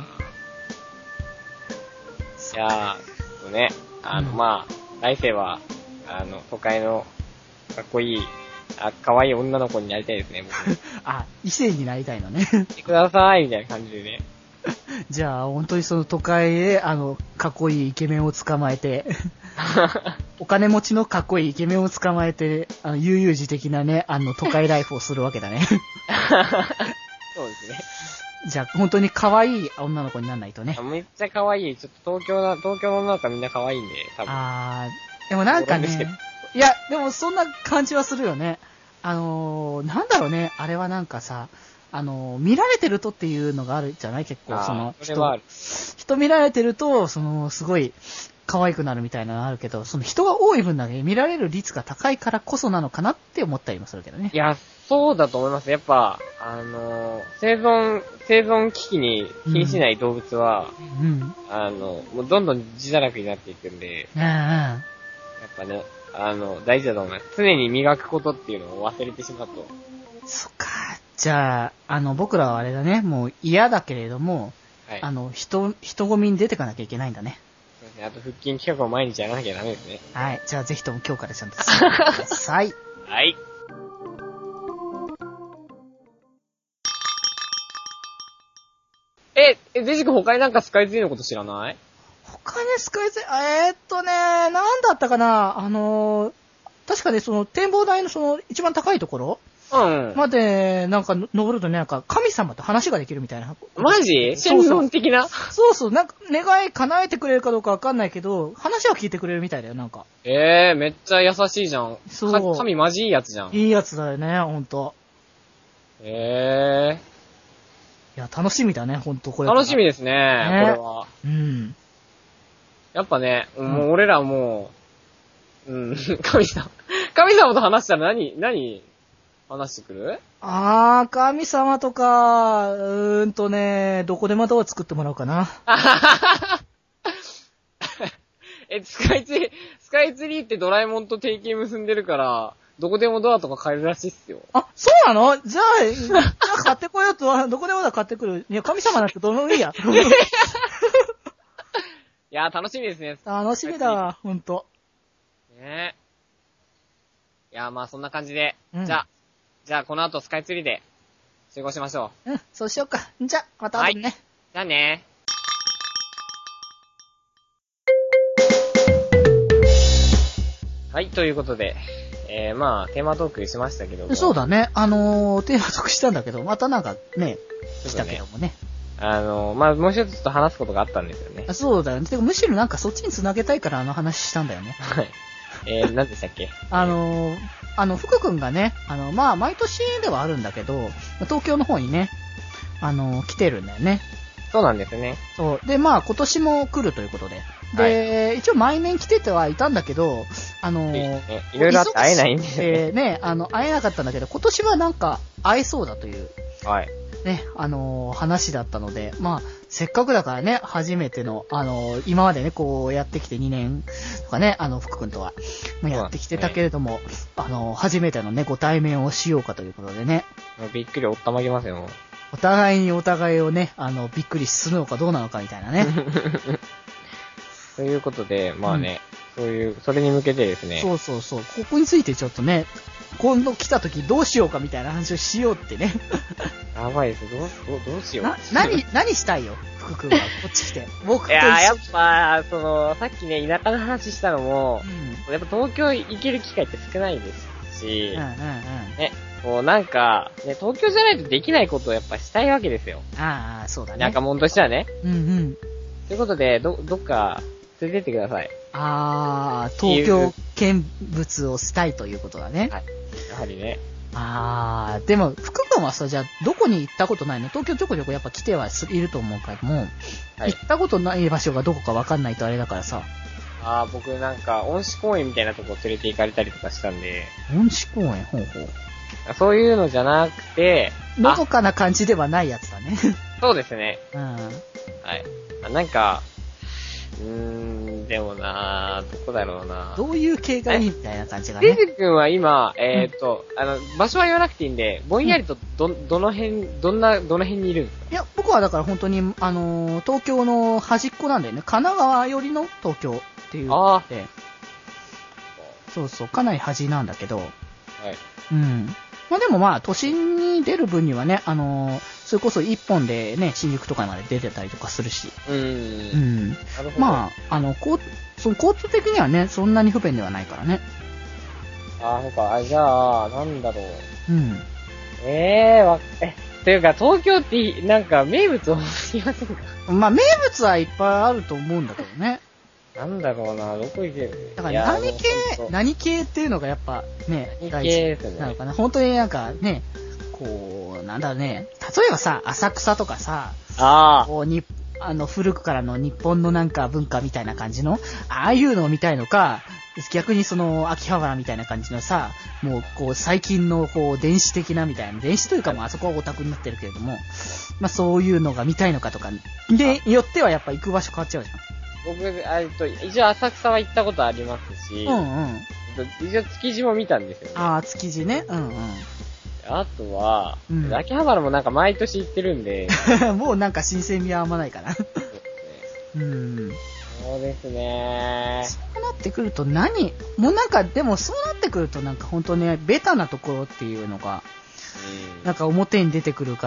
いやー、ね、まあ、来世は、都会の、かっこいい、可愛い女の子になりたいですね、僕。 異性になりたいのね。 来てください、みたいな感じでね。 じゃあ、本当にその都会へ、かっこいいイケメンを捕まえて、お金持ちのかっこいいイケメンを捕まえて、悠々自適なね、都会ライフをするわけだね。 そうですね。 じゃあ、本当に可愛い女の子にならないとね。 めっちゃ可愛い。ちょっと東京の女の子はみんな可愛いんで、多分。 でもなんかね、いや、でもそんな感じはするよね。なんだろうね、あれはなんかさ、見られてるとっていうのがあるじゃない結構、 それはある。 人見られてると、すごい、 可愛くなるみたいなのあるけど、その人が多い分だけ見られる率が高いからこそなのかなって思ったりもするけどね。 いや、そうだと思います。やっぱ、生存危機に瀕しない動物は、 うん。 もうどんどん自堕落になっていくんで、やっぱね、大事だと思います。常に磨くことっていうのを忘れてしまうと。 そっか。じゃあ、僕らはあれだね、もう嫌だけれども、 はい。 人混みに出てかなきゃいけないんだね。 そうですね。あと、腹筋企画を毎日やらなきゃダメですね。 はい。じゃあぜひとも今日からちゃんと続けてください。 はい。デジ君他になんかスカイツリーのこと知らない？ 他にスカイツリー、なんだったかな、確かにその展望台のその一番高いところうん。 まで、なんか登るとね、なんか神様と話ができるみたいな。 マジ？ そうそう専門的な？ そうそう、なんか願い叶えてくれるかどうかわかんないけど、話は聞いてくれるみたいだよ、なんか。 めっちゃ優しいじゃん。 そう神マジいいやつじゃん。 いいやつだよね、ほんと。いや、楽しみだね、ほんと、これ。 楽しみですね、これは。 うん。 やっぱね、もう俺らもう、神様と話したら何話してくる？ 神様とか、どこでもドア作ってもらおうかな。 スカイツリーってドラえもんと提携結んでるから、どこでもドアとか買えるらしいっすよ。 あ、そうなの？じゃあ買ってこようと、どこでもドア買ってくる。いや、神様なんてどうでもいいや。 いやー、楽しみですね。 楽しみだわ、ほんと。 ねいやー、まあそんな感じで、 うん、 じゃあこの後スカイツリーで集合しましょう。そうしようか。じゃあ、また後でね。はい、 じゃあね。はい、ということで、まあ、テーマトークしましたけども。 そうだね。テーマトークしたんだけど、またなんかね、来たけどもね。 まあ、もう一つちょっと話すことがあったんですよね。 そうだよね。てかむしろなんかそっちに繋げたいから話したんだよね。 はい。何でしたっけ？ 福くんがね、まあ、毎年ではあるんだけど、東京の方にね、来てるんだよね。 そうなんですね。 そう。で、まあ、今年も来るということで。で、はい、一応毎年来ててはいたんだけど、 いろいろあって会えないんでね。会えなかったんだけど、今年はなんか会えそうだという、 はい。 ね、話だったので、まあ、せっかくだからね、初めての、今までね、こうやってきて2年とかね、福くんとは、やってきてたけれども、初めてのね、ご対面をしようかということでね。 びっくりおったまげますよ、もう。 お互いにお互いをね、びっくりするのかどうなのかみたいなね。 ということで、まあね、それに向けてですね。 そう。ここについてちょっとね、今度来た時どうしようかみたいな話をしようってね。 やばいです。どうしよう。 何したいよ、福君は。こっち来て。僕といややっぱ、さっきね、田舎の話したのも、やっぱ東京行ける機会って少ないですし、ね、こうなんか、ね、東京じゃないとできないことをやっぱしたいわけですよ。 そうだね。 田舎者としてはね。ということで、どっか連れてってください。 東京見物をしたいということだね。 はい。やはりね。 でも、福君はさ、じゃあ、どこに行ったことないの？東京ちょこちょこやっぱ来てはいると思うからも、はい、行ったことない場所がどこかわかんないとあれだからさ。 僕なんか、恩賜公園みたいなとこ連れて行かれたりとかしたんで。 恩賜公園？ほう。 そういうのじゃなくて、 のどかな感じではないやつだね。 そうですね。 はい。 なんか、でもなどこだろうなどういう系がいいみたいな感じがね。 デジ君は今、場所は言わなくていいんで、ぼんやりとどの辺にいるんですか？ いや、僕はだから本当に、東京の端っこなんだよね。神奈川寄りの東京っていうので。そう、かなり端なんだけど。はい。まあでもまあ、都心に出る分にはね、それこそ一本でね、新宿とかまで出てたりとかするし。なるほど。まあ、交通的にはね、そんなに不便ではないからね。 そうか。じゃあ、なんだろう。というか、東京ってなんか名物多すぎませんか？ まあ、名物はいっぱいあると思うんだけどね。 なんだろうな、どこ行ける？ だから何系っていうのがやっぱね、 大事なのかな。本当になんかね、こう、なんだろうね、例えばさ、浅草とかさ、 古くからの日本のなんか文化みたいな感じの、ああいうのを見たいのか、逆にその、秋葉原みたいな感じのさ、もう、こう、最近の、こう、電子的なみたいな、電子というか、まあ、あそこはオタクになってるけれども、まあ、そういうのが見たいのかとか、で、よってはやっぱ行く場所変わっちゃうじ僕、一応浅草は行ったことありますし、 ゃん。うんうん。 一応築地も見たんですよね。 ああ、築地ね。うんあとは、 うん。 秋葉原もなんか毎年行ってるんで、 もうなんか新鮮味はあんまないかな。 そうですね。 うん。 そうですね。 そうなってくるともうなんか、でもそうなってくるとなんか本当ね、ベタなところっていうのが、なんか表に出てくるから、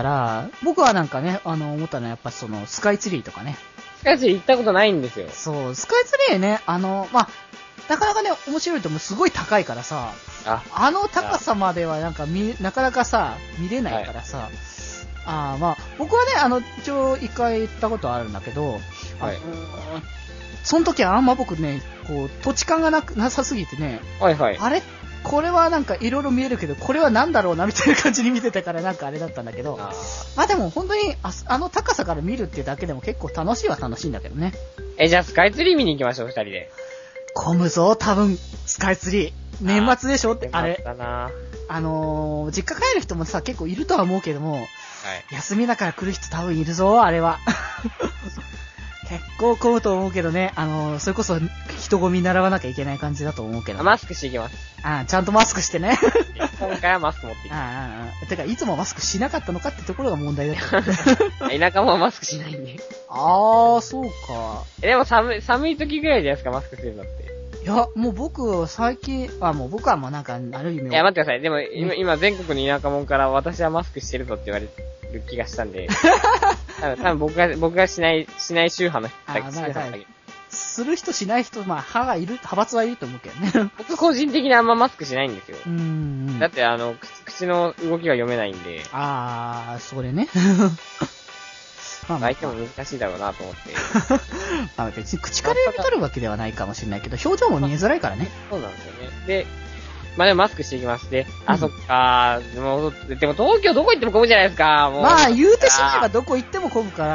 僕はなんかね、思ったのはやっぱその、スカイツリーとかね。 スカイツリー行ったことないんですよ。 そう、スカイツリーね、まあ、なかなかね、面白いともすごい高いからさ、あの高さまではなんかなかなかさ、見れないからさ、まあ、僕はね、一応一回行ったことあるんだけど、 はい。 その時はあんま僕ね、こう、土地勘がなさすぎてね、 はいはい。 あれこれはなんかいろいろ見えるけど、これはなんだろうなみたいな感じに見てたからなんかあれだったんだけど、まあでも本当にあの高さから見るっていうだけでも結構楽しいは楽しいんだけどね。 じゃあスカイツリー見に行きましょう、二人で。 混むぞ、多分、スカイツリー。年末でしょって、あれ。 だな実家帰る人もさ、結構いるとは思うけども、 はい。 休みだから来る人多分いるぞ、あれは。結構混むと思うけどね、それこそ人混み習わなきゃいけない感じだと思うけど。 マスクしていきます。 ちゃんとマスクしてね。 今回はマスク持っていきまてか、いつもマスクしなかったのかってところが問題だった。 田舎もマスクしないんで。 そうか。 でも寒い時ぐらいじゃないですか、マスクするのって。 いや、もう僕、最近、もう僕はもうなんか、ある意味。 いや、待ってください。でも、今、全国の田舎者から私はマスクしてるぞって言われる気がしたんで。多分僕がしない宗派の人だけ。 する人しない人、まあ、派閥はいると思うけどね。 僕個人的にあんまマスクしないんですよ。だって、口の動きが読めないんで。 それね。 相手も難しいだろうなと思って。 まあ別に口から読み取るわけではないかもしれないけど、表情も見えづらいからね。 そうなんですよね。で、まあでもマスクしていきます。で、そっかでも東京どこ行っても混むじゃないですか、もう。 まあ言うてしまえばどこ行っても混むから。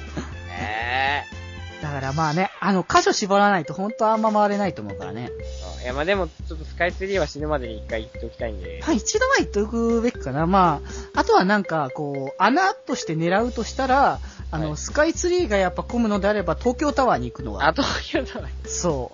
だからまあね、箇所絞らないと本当はあんま回れないと思うからね。 いやまあでも、ちょっとスカイツリーは死ぬまでに一回行っておきたいんで。 一度は行っておくべきかな。まあ、あとはなんか、こう、穴として狙うとしたら、スカイツリーがやっぱ混むのであれば、東京タワーに行くのが。 東京タワー。 そう。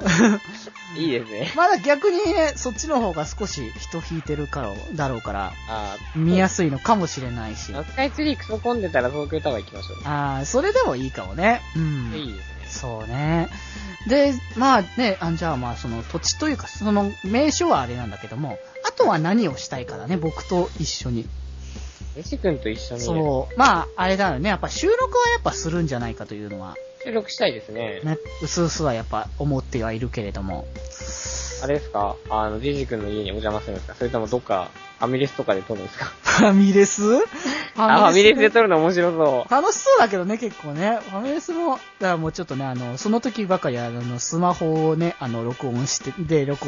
いいですね。 まだ逆にね、そっちの方が少し人引いてるだろうから、見やすいのかもしれないし。 スカイツリークソ混んでたら東京タワー行きましょう。 それでもいいかもね。うん。 いいですね。 そうね。で、まあね、じゃあまあその土地というか、その名所はあれなんだけども、あとは何をしたいかだね、僕と一緒に。 西君と一緒に。 そう。まあ、あれだよね。やっぱ収録はやっぱするんじゃないかというのは。 収録したいですね。 ね、うすうすはやっぱ思ってはいるけれども。 あれですかジジ君の家にお邪魔するんですか？それともどっか、ファミレスとかで撮るんですか？ ファミレスファミレスで撮るの面白そう。 楽しそうだけどね、結構ね。ファミレスも、だからもうちょっとね、その時ばかりスマホをね、録音して、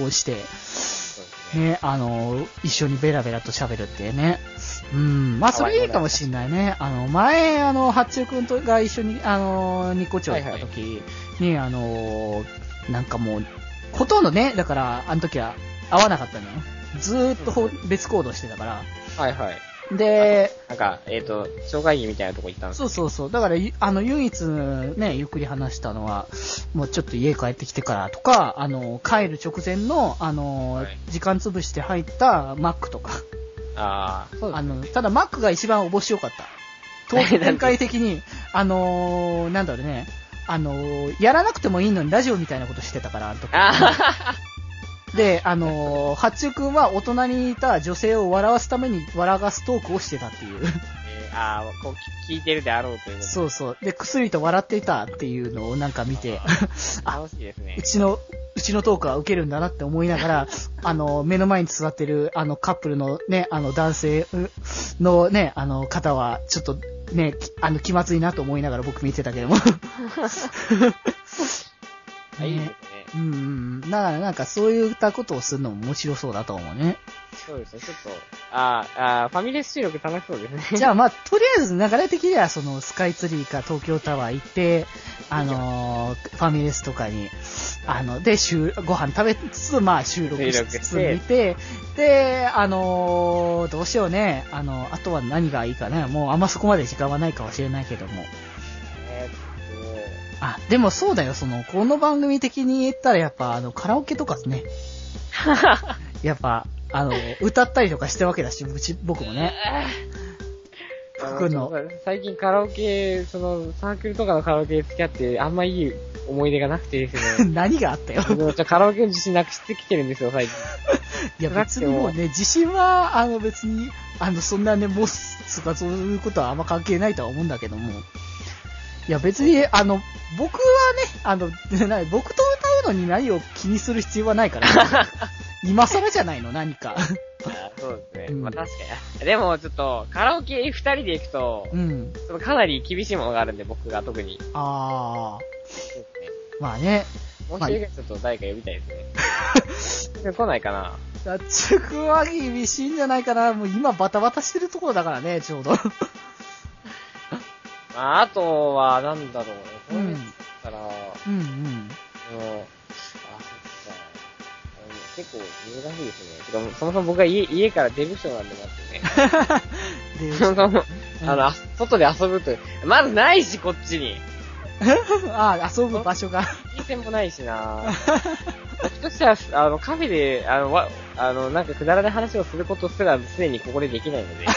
ね、一緒にベラベラと喋るってね。まあ、それいいかもしんないね。前、八中くんとが一緒に、ニコ町行った時に、なんかもう、ほとんどね、だから、あの時は会わなかったのよ。ずーっと別行動してたから。 はいはい。 で、 なんか、障害着みたいなとこ行ったんですか？ そう。だから、唯一ね、ゆっくり話したのは、もうちょっと家帰ってきてからとか、帰る直前の、時間潰して入ったマックとか。 そうですね。 ただマックが一番面白かった。展開的に、なんだろうね、やらなくてもいいのにラジオみたいなことしてたから、あの時。で、八中くんは大人にいた女性を笑わすために笑わすトークをしてたっていう。 こう聞いてるであろうということ。 そう。で、薬と笑っていたっていうのをなんか見て、 楽しいですね。 うちのトークは受けるんだなって思いながら、目の前に座ってる、カップルのね、男性のね、方は、ちょっとね、気まずいなと思いながら僕見てたけども。 いいですね。 なんかそういったことをするのも面白そうだと思うね。 そうですね、ちょっと、ファミレス収録楽しそうですね。 じゃあまあ、とりあえず流れ的にはそのスカイツリーか東京タワー行って、ファミレスとかに、で、ご飯食べつつ、まあ収録しつつ見て、で、どうしようね。あとは何がいいかな。もうあんまそこまで時間はないかもしれないけども。でもそうだよ、この番組的に言ったらやっぱカラオケとかね。やっぱ、歌ったりとかしてわけだし、僕もね。 最近カラオケ、サークルとかのカラオケ付き合って、あんまいい思い出がなくてですね。 何があったよ。 カラオケの自信なくしてきてるんですよ、最近。 いや、別にもうね、自信は、別に、そんなね、モスとかそういうことはあんま関係ないとは思うんだけども。いや、別に、僕はね、僕と歌うのに何を気にする必要はないから。今更じゃないの、何か。 そうですね。まあ確かに。でもちょっと、カラオケ二人で行くと、かなり厳しいものがあるんで、僕が特に。そうですね。 まあね。 もう一人ちょっと誰か呼びたいですね。来ないかな。 脱着は厳しいんじゃないかな。もう今バタバタしてるところだからね、ちょうど。 あとは、なんだろうね。これだったら、結構難しいですね。そもそも僕は家から出る人なんで待ってね。そもそも、外で遊ぶと、まずないし、こっちに。 遊ぶ場所が。 いい線もないしな僕としては、カフェで、なんかくだらない話をすることすらすでにここでできないので。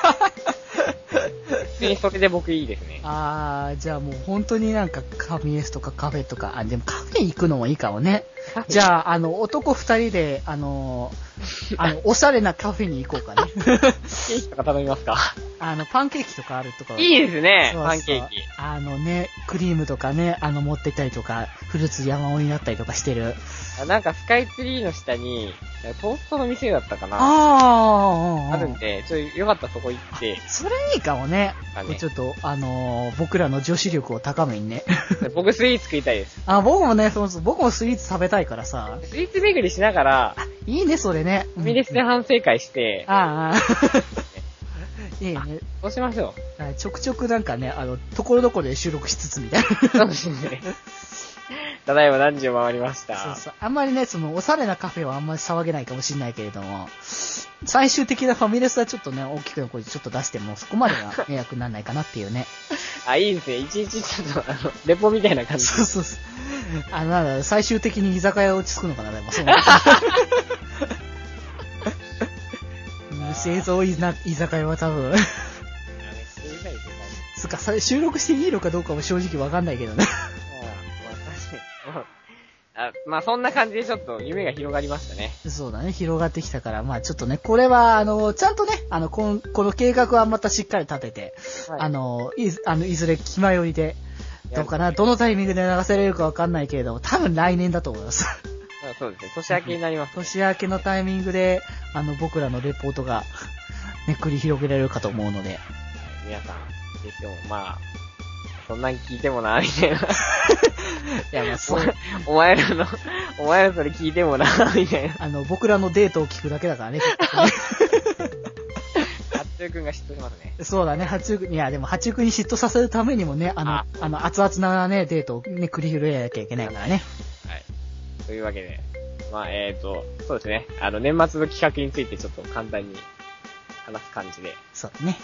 普通にそれで僕いいですね。 じゃあもう本当になんかファミレスとかカフェとか、でもカフェ行くのもいいかもね。じゃあ、男二人で、おしゃれなカフェに行こうかね。 ケーキとか頼みますか？ パンケーキとかあるところ。 いいですね、 そうそうパンケーキ。 ね、クリームとかね、持ってったりとか、フルーツ山盛りになったりとかしてる。 なんかスカイツリーの下に、トーストの店だったかな。あるんで、よかったらそこ行って。 それいいかもね。ちょっと、僕らの女子力を高めにね。 僕スイーツ食いたいです。 僕もね、僕もスイーツ食べたいからさ。 スイーツ巡りしながら、 いいね、それね。 ファミレスで反省会して、 いいね。 そうしましょう。ちょくちょくなんかね、ところどころで収録しつつみたいな。 そうですね。ただいま何時を回りました。 そうそう。あんまりね、おしゃれなカフェはあんまり騒げないかもしれないけれども、最終的なファミレスはちょっとね、大きくの声でちょっと出しても、そこまでは迷惑にならないかなっていうね。 いいですね。いちいちちょっと、レポみたいな感じ。 そうそうそう。なんだ、最終的に居酒屋落ち着くのかな、でもそう。無製造居酒屋は多分。つか、収録していいのかどうかも正直わかんないけどね。 まあそんな感じでちょっと夢が広がりましたね。 そうだね、広がってきたから、まあちょっとね、これは、ちゃんとね、この計画はまたしっかり立てて、いずれ気前よりで、どうかな、どのタイミングで流せれるかわかんないけれども、多分来年だと思います。 そうですね、年明けになります、ね。 年明けのタイミングで、僕らのレポートが、ね、繰り広げられるかと思うので。 皆さん、ぜひとも、まあ、そんなん聞いてもな、みたいな。いや、まあ、お前らそれ聞いてもな、みたいな。 僕らのデートを聞くだけだからね。 八中くんが嫉妬しますね。 そうだね、いや、でも八中くんに嫉妬させるためにもね、熱々なね、デートをね、繰り広げなきゃいけないからね。 はい。というわけで、まあ、そうですね。年末の企画についてちょっと簡単に話す感じで。 そうね。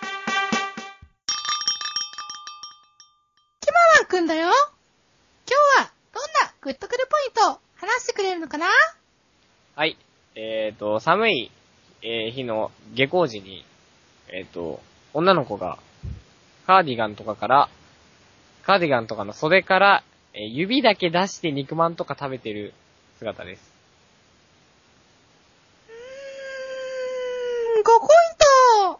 くんだよ。今日はどんなグッとくるポイントを話してくれるのかな？ はい。寒い、日の下校時に、女の子がカーディガンとかの袖から、指だけ出して肉まんとか食べてる姿です。 5ポイント。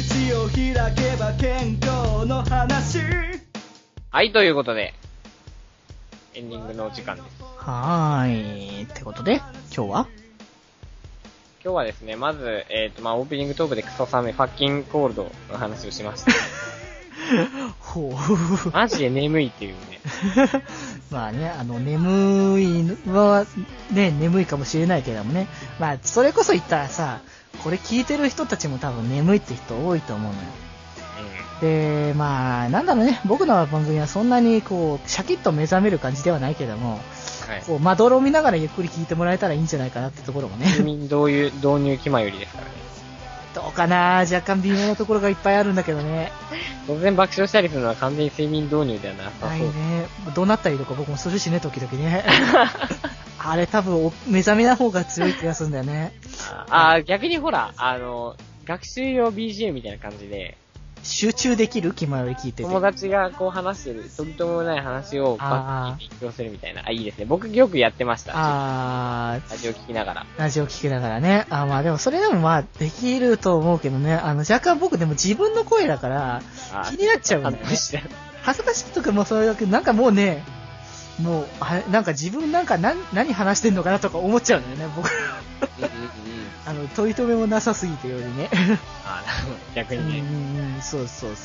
口を開けば健康の話。 はい、ということで、エンディングのお時間です。 はーい。ってことで、今日はですね、まず、オープニングトークでクソ寒いファッキンコールドの話をしました。 ほう。 マジで眠いっていうね。 まあね、眠いのは、ね、眠いかもしれないけどもね。まあ、それこそ言ったらさ、これ聞いてる人たちも多分眠いって人多いと思うのよ。で、まあ、なんだろうね、僕の番組はそんなにこう、シャキッと目覚める感じではないけども、はい、こう、まどろみながらゆっくり聞いてもらえたらいいんじゃないかなってところもね。 睡眠導入気まよりですからね。 どうかな、若干微妙なところがいっぱいあるんだけどね。 突然爆笑したりするのは完全に睡眠導入ではなさそう。 はいね。どうなったりとか僕もするしね、時々ね。あれ多分目覚めな方が強い気がするんだよね。 逆にほら、学習用 BGM みたいな感じで、 集中できる気まより聞いてて。 友達がこう話してる、とりともない話をバッキリ勉強するみたいな。いいですね。僕よくやってました。ラジオ聞きながら。 ラジオ聞きながらね。まあでもそれでもまあできると思うけどね。若干僕でも自分の声だから、気になっちゃうんだよね。恥ずかしいとかもそれだけ、なんかもうね、もう、なんか自分なんか何話してんのかなとか思っちゃうんだよね、僕。取り留めもなさすぎてよりね。 逆にね。 そう。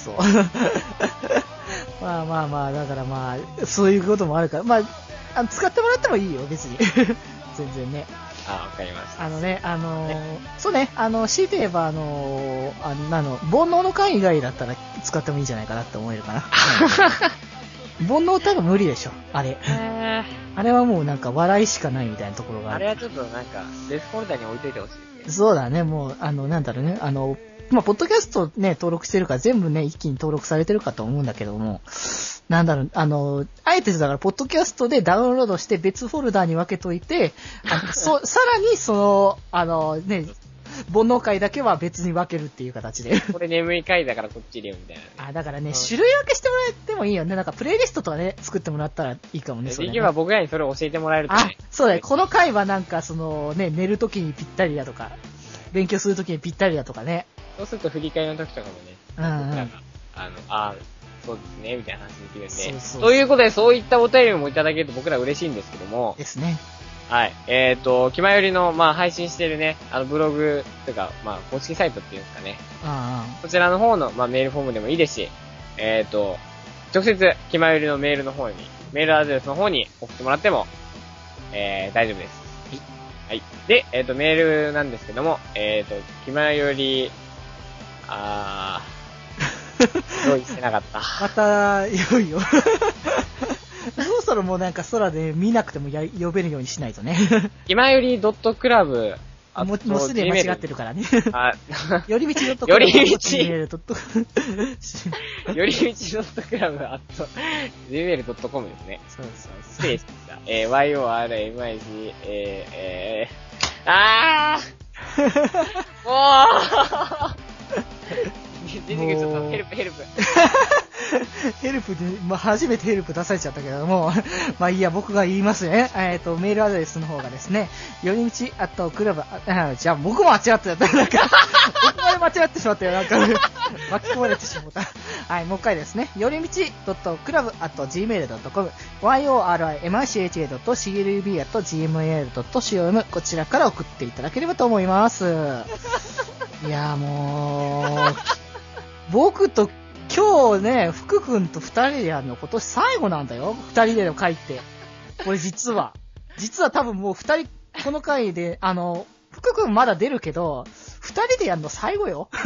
まあ、だからまあ、そういうこともあるから、まあ、使ってもらってもいいよ、別に。全然ね。 わかりました。 そうね、強いて言えば、煩悩の回以外だったら使ってもいいんじゃないかなって思えるかな。煩悩多分無理でしょ、あれ。あれはもうなんか笑いしかないみたいなところがある。 あれはちょっとなんか、デスフォルダに置いといてほしいですね。 そうだね、もう、なんだろうね、まあ、ポッドキャストね、登録してるから全部ね、一気に登録されてるかと思うんだけども、なんだろう、あえてだから、ポッドキャストでダウンロードして別フォルダに分けといて、さらにね、煩悩会だけは別に分けるっていう形で。 これ眠い会だからこっち入れよみたいな、 ね。だからね、種類分けしてもらってもいいよね。なんかプレイリストとかね、作ってもらったらいいかもね。 できれば僕らにそれを教えてもらえるとね。 そうだね。この回はなんかね、寝るときにぴったりだとか、勉強するときにぴったりだとかね。 そうすると振り返りの時とかもね、なんか、そうですね、みたいな話できるんで。そうということで、そういったお便りもいただけると僕ら嬉しいんですけども。 ですね。 はい。気まよりの、配信してるね、ブログとか、公式サイトっていうんですかね。こちらの方の、メールフォームでもいいですし、直接、気まよりのメールの方に、メールアドレスの方に送ってもらっても、大丈夫です。はい。で、メールなんですけども、気まより、用意してなかった。 また、いよいよ。そろそろもうなんか空で見なくても呼べるようにしないとね。 気まより.club。 もうすでに間違ってるからね。よりみち.club。 よりみち。よりみち.club。gmail.com ですね。 そう。 失礼しました。yormic、もう出てくる、ちょっと、ヘルプ。 ヘルプで、初めてヘルプ出されちゃったけども、まあいいや、僕が言いますね。メールアドレスの方がですね、よりみちクラブ、じゃあ僕も間違ってた。なんか、僕まで間違ってしまったよ。なんか、巻き込まれてしまった。はい、もう一回ですね。よりみち.club@gmail.com、yorimichi.club@gmail.com、こちらから送っていただければと思います。いや、もう、僕と今日ね、福くんと二人でやるの今年最後なんだよ。二人での回って。これ実は多分もう二人、この回で、福くんまだ出るけど、二人でやるの最後よ。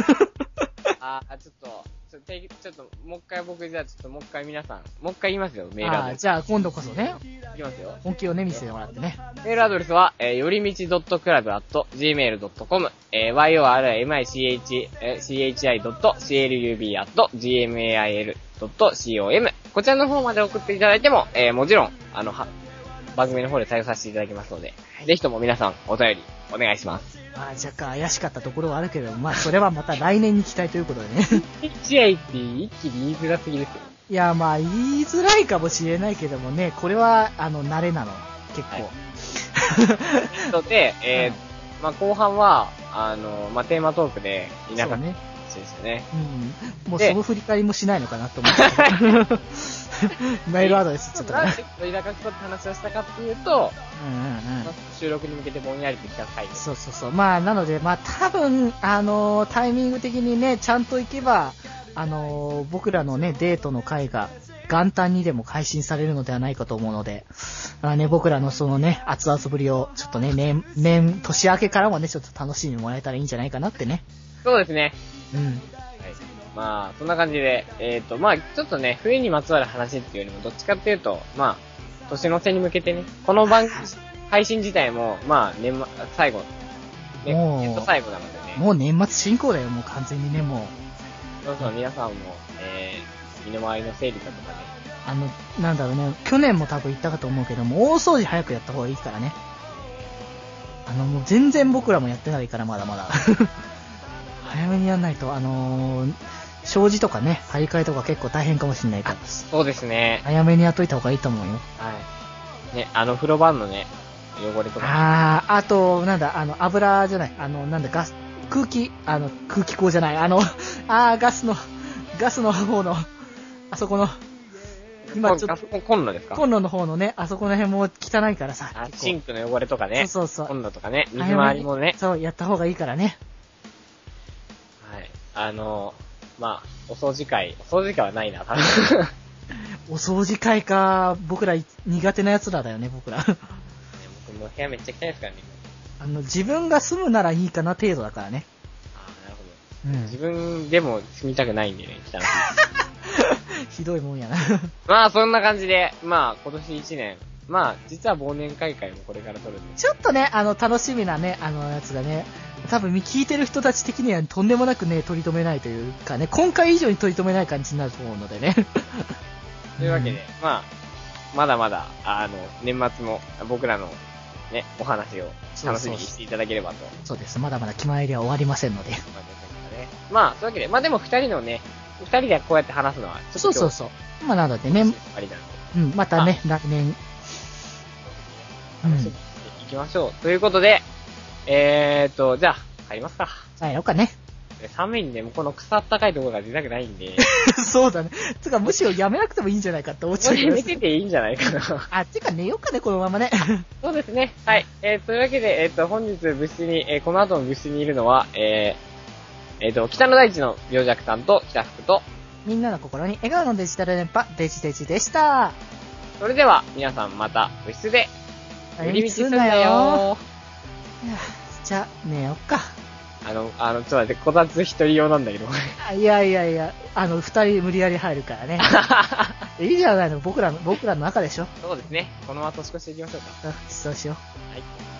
ちょっと、もう一回僕じゃあちょっともう一回皆さん、もう一回言いますよ、メールアドレス。 じゃあ今度こそね。 いきますよ。 本気をね、見せてもらってね。 メールアドレスは、よりみち.club@gmail.com、yorimichi.club@gmail.com、こちらの方まで送っていただいても、もちろん、番組の方で採用させていただきますので、ぜひとも皆さんお便りお願いします。 若干怪しかったところはあるけれども、それはまた来年に期待ということでね。 試合って一気に言いづらすぎですよ。 いや、言いづらいかもしれないけどもね、これは、慣れなの、結構。 で、後半は、テーマトークで、皆さん、 ちでしたね。 うん。もうその振り返りもしないのかなと思って。メールアドレスちょっと。 なんで鳥高くって話をしたかっていうと、 うん。 収録に向けてぼんやりとした回です。 そう。まあ、なので、まあ、多分、タイミング的にね、ちゃんと行けば、僕らのね、デートの回が、元旦にでも配信されるのではないかと思うので、僕らのそのね、熱々ぶりを、ちょっとね、年明けからもね、ちょっと楽しんでもらえたらいいんじゃないかなってね。 そうですね。 うん。 はい。まあ、そんな感じで、まあ、ちょっとね、冬にまつわる話っていうよりも、どっちかっていうと、まあ、年の瀬に向けてね、この配信自体も、まあ、最後、ね、最後なのでね。 もう年末進行だよ、もう完全にね、もう。 そうそう、皆さんも、身の回りの整理だとかね。 なんだろうね、去年も多分言ったかと思うけども、大掃除早くやった方がいいからね。もう全然僕らもやってないから、まだまだ。早めにやんないと、障子とかね、張り替えとか結構大変かもしれないから。 そうですね。 早めにやっといた方がいいと思うよ。 はい。ね、風呂場のね、汚れとか。 あと、なんだ、油じゃない、なんだ、空気口じゃない、ガスの方の、あそこの、今ちょっと、 コンロですか？ コンロの方のね、あそこの辺も汚いからさ。 シンクの汚れとかね。 そう。 コンロとかね、水回りもね。 そう、やった方がいいからね。 はい。まあ、お掃除会はないな、多分。 お掃除会か、僕ら苦手な奴らだよね、僕ら。 僕も部屋めっちゃ汚いですからね。 自分が住むならいいかな程度だからね。 なるほど。自分でも住みたくないんでね、汚い。 ひどいもんやな。 まあ、そんな感じで、まあ、今年1年、まあ、実は忘年会もこれから撮るんで。 ちょっとね、楽しみなね、やつがね、多分聞いてる人たち的にはとんでもなくね、取り留めないというかね、今回以上に取り留めない感じになると思うのでね。 というわけで、まあ、まだまだ、年末も僕らのね、お話を楽しみにしていただければと。 そうです。まだまだ決まりは終わりませんので。 まあ、そういうわけで、まあでも二人でこうやって話すのは、 ちょっとそう。まあなのでね、またね、来年、 行きましょう。ということで、じゃあ、帰りますか。 帰ろうかね。 寒いんで、もうこの腐ったかいところが出たくないんで。 そうだね。つか、むしろやめなくてもいいんじゃないかって思っちゃう。 やめてていいんじゃないかな。 てか寝ようかね、このままね。 そうですね。はい。というわけで、本日部室に、この後の部室にいるのは、北の大地の病弱さんと北福と、 みんなの心に笑顔のデジタル電波、デジデジでした。 それでは、皆さんまた部室で、 寄り道すんなよ。じゃあ、寝よっか。 ちょっと待って、こたつ一人用なんだけど。 いや、二人無理やり入るからね。いいじゃないの、僕らの中でしょ。 そうですね。このまま年越していきましょうか。 そうしよう。 はい。